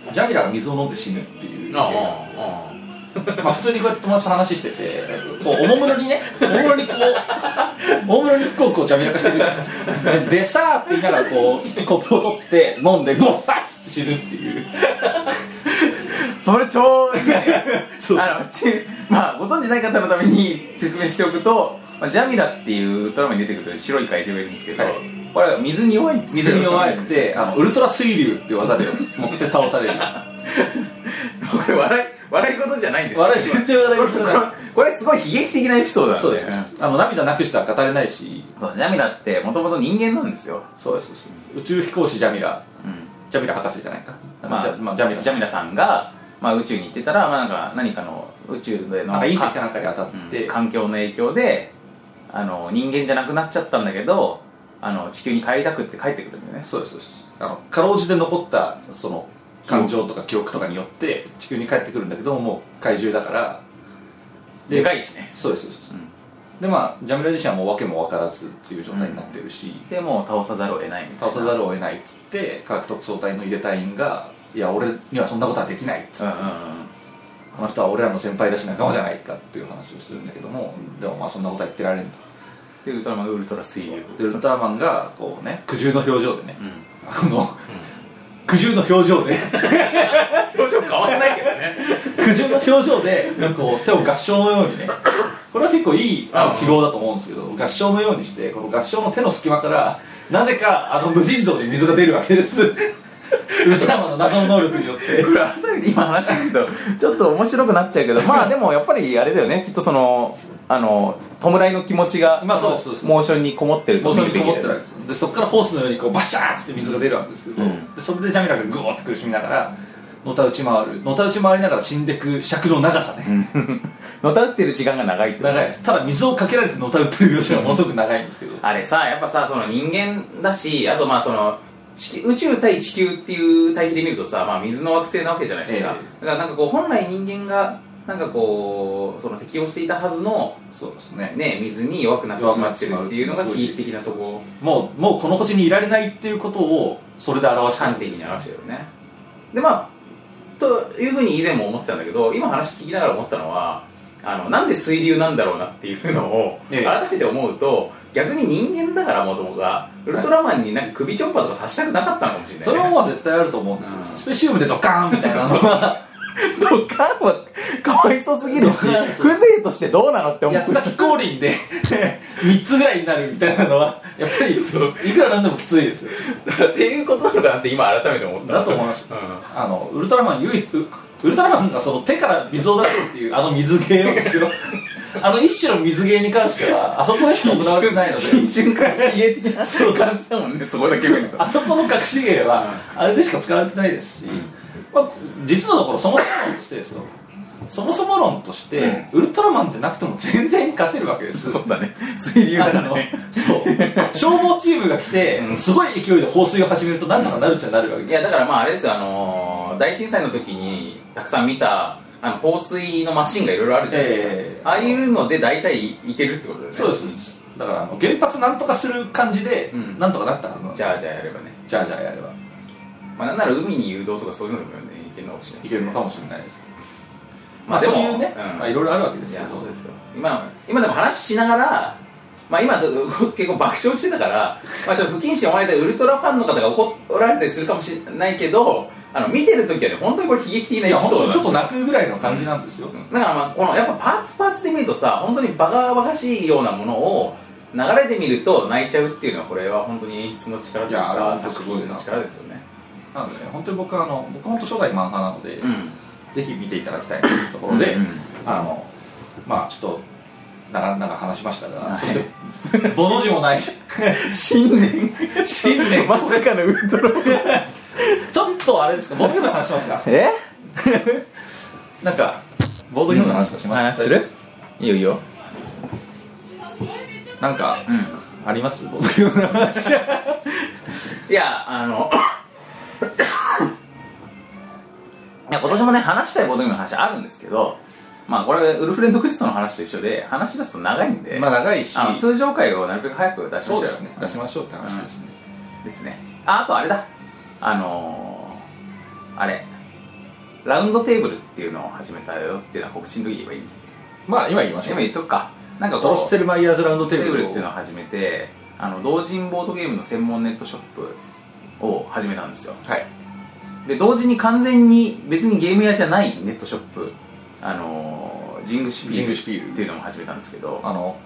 [SPEAKER 3] ジャミラが水を飲んで死ぬっていう芸があってまあ普通にこうやって友達と話してて、こうおもむろにね、おもむろにこうおもむろに服をこうジャミラ化してるででさーって言いながらこうコップを取って飲んでゴッファッつって死ぬっていう
[SPEAKER 2] それ超いいねあのち、まあ、ご存知ない方のために説明しておくと、まあ、ジャミラっていうドラマに出てくる白い怪獣がいるんですけど、はい、これは水に弱いんですよ。
[SPEAKER 3] 水に弱くてあのウルトラ水流っていう技で持って倒される
[SPEAKER 2] これ笑い笑い事じゃないんですよ。
[SPEAKER 3] 笑い全然笑い事じゃない。
[SPEAKER 2] これすごい悲劇的なエピソードなんで。
[SPEAKER 3] そうです。あの涙なくしては語れないし。
[SPEAKER 2] そう、ジャミラってもともと人間なんですよ。
[SPEAKER 3] そうです。宇宙飛行士ジャミラ、うん、ジャミラ博士じゃないか。
[SPEAKER 2] まあ、ジャまあ、ジャミラジャミラさんが、まあ、宇宙に行ってたら、まあ、なんか何かの宇宙での
[SPEAKER 3] なんか隕石かなんかに当たって、
[SPEAKER 2] うん、環境の影響であの人間じゃなくなっちゃったんだけど、あの地球に帰りたくって帰ってくるんだよね。
[SPEAKER 3] そうです。そうです。あのかろうじて残ったその感情とか記憶とかによって地球に帰ってくるんだけど、もう怪獣だから
[SPEAKER 2] でかいしね。
[SPEAKER 3] そうです。そうです。うん、でまあジャミラ自身はもう訳も分からずっていう状態になってるし、
[SPEAKER 2] うん、でもう倒さざるを得ないみたいな。
[SPEAKER 3] 倒さざるを得ないっつって科学特捜隊の井出隊員がいや俺にはそんなことはできないっつって、うんうんうん、この人は俺らの先輩だし仲間じゃないかっていう話をするんだけども、でもまあそんなことは言ってられんと。
[SPEAKER 2] でウルトラマンがウルトラ水流
[SPEAKER 3] でウルトラマンがこうね苦渋の表情でね、うん、あの、うん、苦渋の表情で
[SPEAKER 2] 表情変わんないけどね
[SPEAKER 3] 苦渋の表情でこう手を合掌のようにね、これは結構いいあの記号だと思うんですけど、合掌のようにしてこの合掌の手の隙間からなぜかあの無尽蔵に水が出るわけですウルトラマンの謎の能力によって
[SPEAKER 2] これ改めて今話聞くとちょっと面白くなっちゃうけどまあでもやっぱりあれだよね、きっとそのあの弔いの気持ちがモーションにこもってると
[SPEAKER 3] モーションにこもってるわけです。でそこからホースのようにこうバシャーッつって水が出るわけですけど、うん、でそれでジャミラがグーッて苦しみながらのた打ち回るのた打ち回りながら死んでいく尺の長さね
[SPEAKER 2] のた打ってる時間が長いって
[SPEAKER 3] 長いです。ただ水をかけられてのた打ってる描写がものすごく長いんですけど
[SPEAKER 2] あれさやっぱさその人間だし、あとまあその地球宇宙対地球っていう対比で見るとさ、まあ、水の惑星なわけじゃないですか、えー、だからなんかこう本来人間がなんかこうその適応していたはずの
[SPEAKER 3] そうですね、
[SPEAKER 2] ね水に弱くなってしまってるっていうのが悲劇的なところ。
[SPEAKER 3] もうもうこの星にいられないっていうことをそれで表してる
[SPEAKER 2] 端的に表してるよね。でまあというふうに以前も思ってたんだけど、今話聞きながら思ったのはあのなんで水流なんだろうなっていうのを改めて思うと、逆に人間だから元々がウルトラマンになんか首ちょっぱとかさしたくなかったのかもしれない、ね、
[SPEAKER 3] それは絶対あると思うんですよ、うん、スペシウムでドカーンみたいなのは
[SPEAKER 2] ドカーンはかわいそすぎるし風情としてどうなのって思う。
[SPEAKER 3] 八つ咲き降臨でみっつぐらいになるみたいなのはやっぱりそういくらなんでもきついですよ
[SPEAKER 2] っていうことなのかなって今改めて思った。
[SPEAKER 3] だと思います、うん、あのウルトラマン唯一ウルトラマンがその手から水を出すっていうあの水芸をですよあの一種の水芸に関してはあそこでしか行われてないので
[SPEAKER 2] 新春から刺激的な感じだもんねそこだけ見ると
[SPEAKER 3] あそこの隠し芸はあれでしか使われてないですし、うんまあ、実のところそもそも論としてですよそもそも論として、うん、ウルトラマンじゃなくても全然勝てるわけです。
[SPEAKER 2] そうだね水流だからね
[SPEAKER 3] そう消防チームが来て、うん、すごい勢いで放水を始めるとなんとかなるっちゃなるわけです。
[SPEAKER 2] いやだからまああれですよ、あのー、大震災の時にたくさん見たあの放水のマシンがいろいろあるじゃないですか、えー、ああいうので大体いけるってことだよね。
[SPEAKER 3] そうですそうです。だからあの原発なんとかする感じで、うん、なんとかなったはずなんです。
[SPEAKER 2] じゃあじゃあやればね
[SPEAKER 3] じゃあじゃあやれば
[SPEAKER 2] まあなんなら海に誘導とかそういうのでもねいけるのかもしれない、
[SPEAKER 3] いけるのかもしれないです。 まあというね、まあいろいろあるわけですけど。
[SPEAKER 2] そうですよ。今今でも話しながら、まあ今結構爆笑してたから、まあちょっと不謹慎に思われてウルトラファンの方が怒られたりするかもしれないけど、あの見てる時はね本当にこれ悲劇的なエピソードなんですよ。
[SPEAKER 3] ちょっと泣くぐらいの感じなんですよ。
[SPEAKER 2] だからまあこのやっぱパーツパーツで見るとさ、本当にバカバカしいようなものを流れで見ると泣いちゃうっていうのは、これは本当に演出の力というか作品の力ですよね。
[SPEAKER 3] なのでね、本当に僕はあの僕は本当初代漫画なので、うん、ぜひ見ていただきたいというところで、うんうん、あのまあちょっと長々話しましたが、はい、そしてどの字もない
[SPEAKER 2] 新年新年まさかのウルトラ
[SPEAKER 3] ちょっとあれですか、ボードゲームの話しますか。
[SPEAKER 2] え
[SPEAKER 3] なんかボードゲームの話としま
[SPEAKER 2] した、うん、するいいよいいよ。
[SPEAKER 3] なんか、うん、ありますボードゲームの話
[SPEAKER 2] いやあのいや今年もね話したいボードゲームの話あるんですけど、まあこれウルフレンドクエストの話と一緒で話し出すと長いんで、
[SPEAKER 3] まあ長いし、
[SPEAKER 2] あの通常回をなるべく早く出しましょう。
[SPEAKER 3] そうですね、出しましょうって話ですね、
[SPEAKER 2] うん、ですね。あ、あとあれだ、あのー、あれラウンドテーブルっていうのを始めたよっていうのは告知の時言えばいい。
[SPEAKER 3] まあ今言いましょう。
[SPEAKER 2] 今言っとくか。なんか
[SPEAKER 3] ドロッセルマイヤーズラウンドテーブル
[SPEAKER 2] っていうのを始めて、あの同人ボードゲームの専門ネットショップを始めたんですよ。
[SPEAKER 3] はい。
[SPEAKER 2] で同時に完全に別にゲーム屋じゃないネットショップ、あのー、ジングシピールっていうのも始めたんですけど、
[SPEAKER 3] あの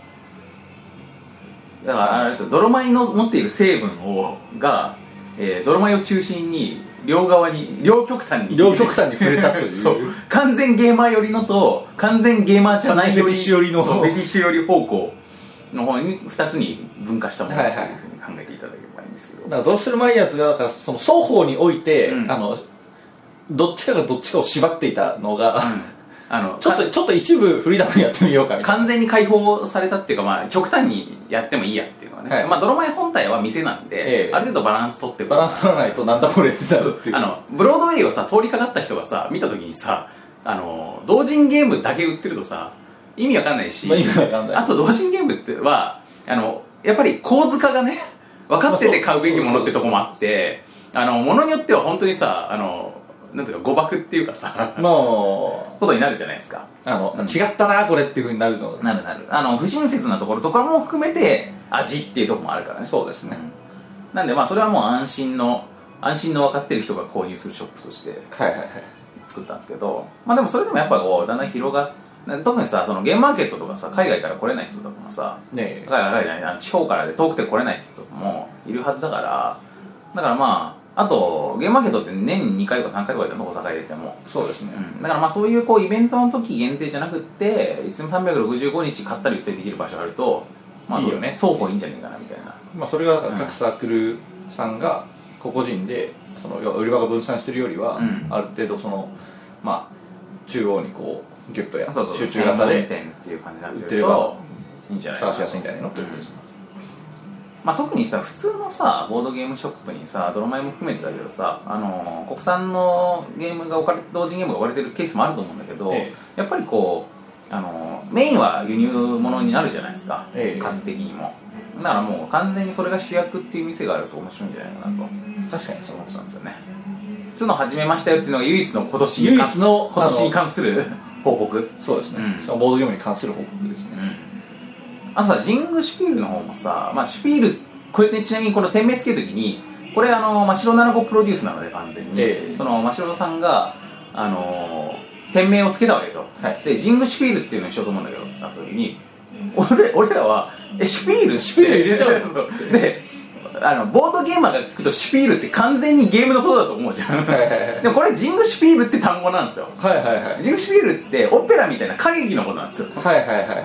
[SPEAKER 2] だからあれですよ、泥米の持っている成分をが、えー、泥米を中心に両側に両極端に
[SPEAKER 3] 両極端に触れたという
[SPEAKER 2] そう完全ゲーマー寄りのと完全ゲーマーじゃない
[SPEAKER 3] ベティッシュ寄りの
[SPEAKER 2] ベティッシュ寄り方向の方にふたつに分化したものというふうに考えていただければいいんですけど、
[SPEAKER 3] だからドロッセルマイヤーズがだからその双方において、うん、あのどっちかがどっちかを縛っていたのが、うん、あのちょっとちょっと一部フリーダムにやってみようかみたいな、
[SPEAKER 2] 完全に解放されたっていうか、まあ極端にやってもいいやっていうのはね、はい、まあ泥米本体は店なんで、ええ、ある程度バランス取って
[SPEAKER 3] バランス取らないとなんだこれってなるっていう。
[SPEAKER 2] あのブロードウェイをさ通りかかった人がさ見た時にさ、あの同人ゲームだけ売ってるとさ意味わかんないし、
[SPEAKER 3] まあ、意味わかんない。
[SPEAKER 2] あと同人ゲームってはあのやっぱり構図化がね分かってて買うべきものってとこもあって、あのものによっては本当にさ、あのなんていうか誤爆っていうかさ、もうことになるじゃないですか。
[SPEAKER 3] あの、うん、違ったなこれっていうふうになるの
[SPEAKER 2] なるなる、あの不親切なところとかも含めて味っていうところもあるからね。
[SPEAKER 3] そうですね、
[SPEAKER 2] うん、なんでまあそれはもう安心の安心の分かってる人が購入するショップとして作ったんですけど、まあでもそれでもやっぱこうだんだん広がって、特にさそのゲームマーケットとかさ海外から来れない人とかもさ、ね、海外じゃない地方からで遠くて来れない人とかもいるはずだから、だからまああとゲームマーケットって年ににかいとかさんかいとかじゃん、大阪でても。
[SPEAKER 3] そうですね、
[SPEAKER 2] うん、だからまあそういうこうイベントの時限定じゃなくっていつでもさんびゃくろくじゅうごにち買ったり売ったりできる場所があると、まあ、いいよね、双方いいんじゃないかなみたいな。
[SPEAKER 3] まあそれが各サークルさんが個々人でその売り場が分散してるよりは、うん、ある程度そのまあ中央にこうギュッとや集中型で売ってればいいんじゃないかな、探しやすいんじゃないのってことですね、
[SPEAKER 2] まあ、特にさ普通のさボードゲームショップにさ泥米も含めてだけどさ、あのー、国産のゲームが置かれ同人ゲームが置かれてるケースもあると思うんだけど、ええ、やっぱりこう、あのー、メインは輸入物になるじゃないですか、ええ、数的にも。だからもう完全にそれが主役っていう店があると面白いんじゃないかなと。
[SPEAKER 3] 確かにそう思ったんですよね。
[SPEAKER 2] つうの始めましたよっていうのが唯一の今年に
[SPEAKER 3] 唯一の
[SPEAKER 2] 今年に関する報告。
[SPEAKER 3] そうですね、うん、そのボードゲームに関する報告ですね、
[SPEAKER 2] うん、あとさジングシュピールの方もさ、まあ、シュピールこれね、ちなみにこの店名つけるときにこれあの真城七子プロデュースなので完全に、えー、その真城さんがあのー、店名をつけたわけですよ、はい、でジングシュピールっていうのにしようと思うんだけどって言ったときに俺, 俺らはえシュピール
[SPEAKER 3] シュピール入れちゃう
[SPEAKER 2] のであのボードゲーマーが聞くとシュピールって完全にゲームのことだと思うじゃん、はいはいはい、でもこれジングシュピールって単語なんですよ、
[SPEAKER 3] はいはいはい、
[SPEAKER 2] ジングシュピールってオペラみたいな歌劇のことなんですよ、
[SPEAKER 3] はいはいはいはい、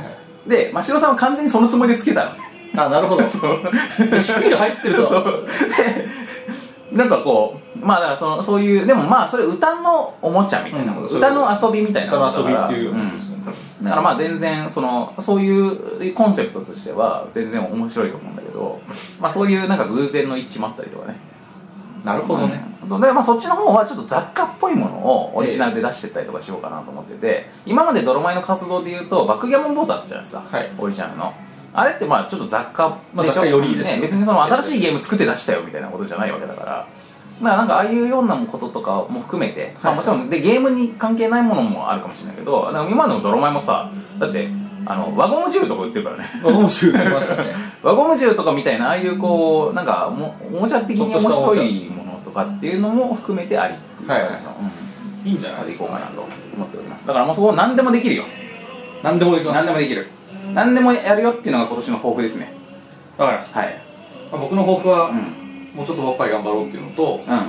[SPEAKER 2] で真城さんは完全にそのつもりでつけたの。
[SPEAKER 3] あ、なるほど。そうシュピール入ってると
[SPEAKER 2] そうでなんかこうまあだからそのそういうでもまあそれ歌のおもちゃみたいなこと、うん、歌の遊びみたいなことだから、
[SPEAKER 3] 歌の遊びっていう、ですね、
[SPEAKER 2] うん、だからまあ全然そのそういうコンセプトとしては全然面白いと思うんだけど、まあそういうなんか偶然の一致もあったりとかね。
[SPEAKER 3] なるほどね、
[SPEAKER 2] うん、でまあそっちの方はちょっと雑貨っぽいものをオリジナルで出してったりとかしようかなと思ってて、えー、今まで泥米の活動でいうとバックギャモンボートあったじゃないですか、はい、オリジナルのあれってまあちょっと雑貨でしょ、
[SPEAKER 3] まあ、雑貨寄りです
[SPEAKER 2] ね、別にその新しいゲーム作って出したよみたいなことじゃないわけだから、 だからなんかああいうようなこととかも含めて、はい、まあ、もちろんでゲームに関係ないものもあるかもしれないけど、今の泥米もさ、だってあの輪ゴム銃とか売ってるからね。
[SPEAKER 3] 輪ゴム銃売ってましたね。
[SPEAKER 2] 輪ゴム銃とかみたいなああいうこうなんかもおもちゃ的に面白いものとかっていうのも含めてありっていう感じの、はいはい、うん、いいんじゃないでいこうかなと思っております。だからもうそこ何でもできるよ。
[SPEAKER 3] 何でもできます。
[SPEAKER 2] 何でもできる。何でもやるよっていうのが今年の抱負ですね。
[SPEAKER 3] わかりました。はい。まあ、僕の抱負は、うん、もうちょっとボッパイ頑張ろうっていうのと、うん、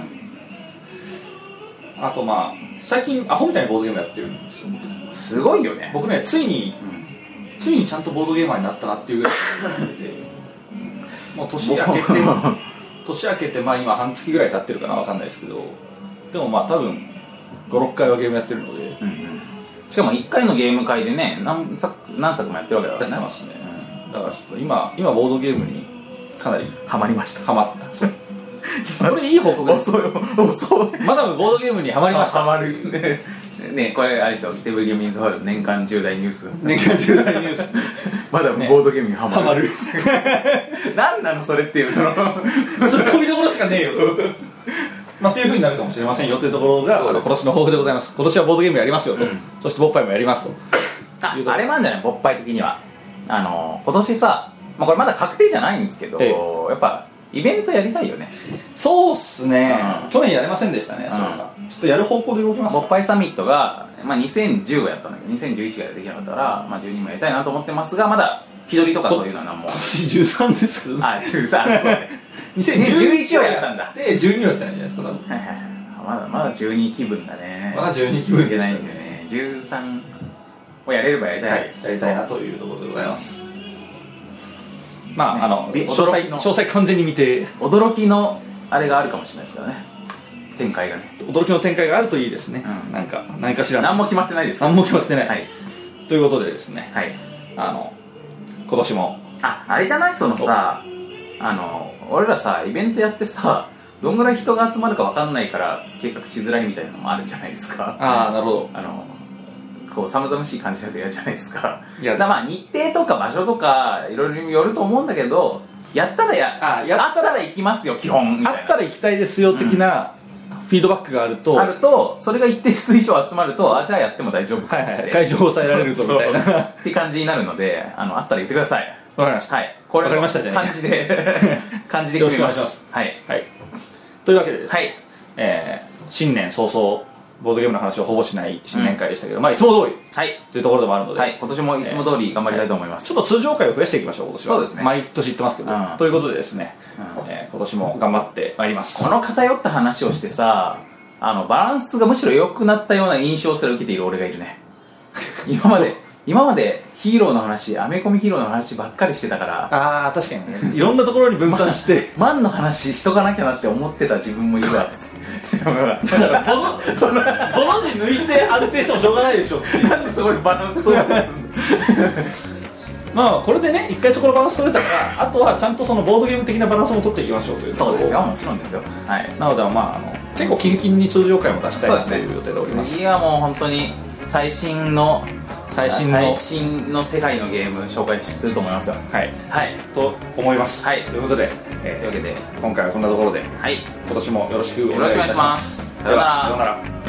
[SPEAKER 3] あとまあ最近アホみたいにボードゲームやってるんですよ。僕
[SPEAKER 2] すごいよね。
[SPEAKER 3] 僕ねついに、うん、ついにちゃんとボードゲーマーになったなっていうぐらいやっててもう年明けて年明けてまあ今半月ぐらい経ってるかな、わかんないですけど、でもまあ多分ごろっかいはゲームやってるので、うんうん、
[SPEAKER 2] しかもいっかいのゲーム会でね 何, 作何作もやってるわけだからね。
[SPEAKER 3] やってますね、うん、だからちょっと今今ボードゲームにかなり
[SPEAKER 2] ハマりました。
[SPEAKER 3] ハマった。そうこれいい報告です。
[SPEAKER 2] 遅い遅い。
[SPEAKER 3] まだボードゲームにハマりました。
[SPEAKER 2] ハマるね。ね、これあれですよ、テーブルゲームインズホール年間重大ニュース。
[SPEAKER 3] 年間重大ニュース。
[SPEAKER 2] まだボードゲームにハマる。
[SPEAKER 3] ハマる。
[SPEAKER 2] 何なのそれっていうその
[SPEAKER 3] ツッコミどころしかねえよ。まあっていう風になるかもしれませんよというところが今年の抱負でございます。今年はボードゲームやりますよと、うん、そしてボッパイもやりますと。
[SPEAKER 2] あ、あれなんじゃない、ボッパイ的にはあの今年さ、まあ、これまだ確定じゃないんですけど、ええ、やっぱイベントやりたいよね。
[SPEAKER 3] そうっすね、うん、去年やれませんでしたね、うん、それがちょっとやる方向で動きます。
[SPEAKER 2] ボッパイサミットが、まあ、にせんじゅうをやったんだけどにせんじゅういちができなかったから、まあ、じゅうにもやりたいなと思ってますが、まだ日取りとかそういうのは何も。
[SPEAKER 3] 今年じゅうさんですけど、ね、
[SPEAKER 2] あ、じゅうさん、そうね。
[SPEAKER 3] にせんじゅういちをやったんだ。でじゅうにをやったんじゃないですか、多分。
[SPEAKER 2] まだまだじゅうに気分だね。
[SPEAKER 3] まだじゅうに気分で
[SPEAKER 2] ないんでね。じゅうさんをやれればやりたい、はい、
[SPEAKER 3] やりたいなというところでございます。まあ、ね、あの詳細詳細完全に見て
[SPEAKER 2] 驚きのあれがあるかもしれないですからね、展開がね。
[SPEAKER 3] 驚きの展開があるといいですね、うん、なんか何かしら
[SPEAKER 2] 何も決まってないですか。
[SPEAKER 3] 何も決まってない、
[SPEAKER 2] はい、
[SPEAKER 3] ということでですね、
[SPEAKER 2] はい、
[SPEAKER 3] あの今年も
[SPEAKER 2] ああれじゃない、そのさ、あの俺らさイベントやってさどんぐらい人が集まるか分かんないから計画しづらいみたいなのもあるじゃないですか。
[SPEAKER 3] ああ、なるほど。
[SPEAKER 2] あのこう寒々しい感じだと嫌じゃないですか。いやだまあ日程とか場所とかいろいろよると思うんだけど、やったら や, あやったら行きますよ基本みたいな。
[SPEAKER 3] あったら行きたいですよ的な、うん、フィードバックがあると
[SPEAKER 2] あるとそれが一定数以上集まると、あじゃあやっても大丈夫かって、
[SPEAKER 3] はいはい、会場を抑えられるぞみたいな
[SPEAKER 2] って感じになるので、あのあったら言ってください。
[SPEAKER 3] わかりました。
[SPEAKER 2] はい、これの感じで感じで決めます。はい、
[SPEAKER 3] はい、というわけでですね、はい、えー、新年早々ボードゲームの話をほぼしない新年会でしたけど、うん、まあいつも通り、はい、というところでもあるので、
[SPEAKER 2] はい、今年もいつも通り頑張りたいと思います、
[SPEAKER 3] えーはい、ちょっと通常回を増やしていきましょう今年は。
[SPEAKER 2] そうですね、
[SPEAKER 3] 毎年言ってますけど、うん、ということでですね、うん、えー、今年も頑張ってまいります。
[SPEAKER 2] この偏った話をしてさ、あのバランスがむしろ良くなったような印象すら受けている俺がいるね今まで今までヒーローの話、アメコミヒーローの話ばっかりしてたから。
[SPEAKER 3] ああ確かにね、いろんなところに分散して
[SPEAKER 2] マンの話しとかなきゃなって思ってた自分もいるわっつってだ
[SPEAKER 3] からこのそのこの字抜いて安定してもしょうがないでしょって
[SPEAKER 2] なんでそこにバランス取るんです
[SPEAKER 3] まあこれでね一回そこのバランス取れたから、あとはちゃんとそのボードゲーム的なバランスも取っていきましょうという。
[SPEAKER 2] そうですよ、もちろんですよ、はい、
[SPEAKER 3] なのでまああの結構キンキンに通常回も出したいなという予定でおります。
[SPEAKER 2] 次はもう本当に最新の最新の最新の世界のゲーム紹介すると思いますよ。
[SPEAKER 3] はい、
[SPEAKER 2] はい、
[SPEAKER 3] と思います。
[SPEAKER 2] はい、
[SPEAKER 3] ということで、
[SPEAKER 2] えー、というわけで
[SPEAKER 3] 今回はこんなところで、
[SPEAKER 2] はい、
[SPEAKER 3] 今年もよろしくお願いいたします。
[SPEAKER 2] さようなら。
[SPEAKER 3] さようなら。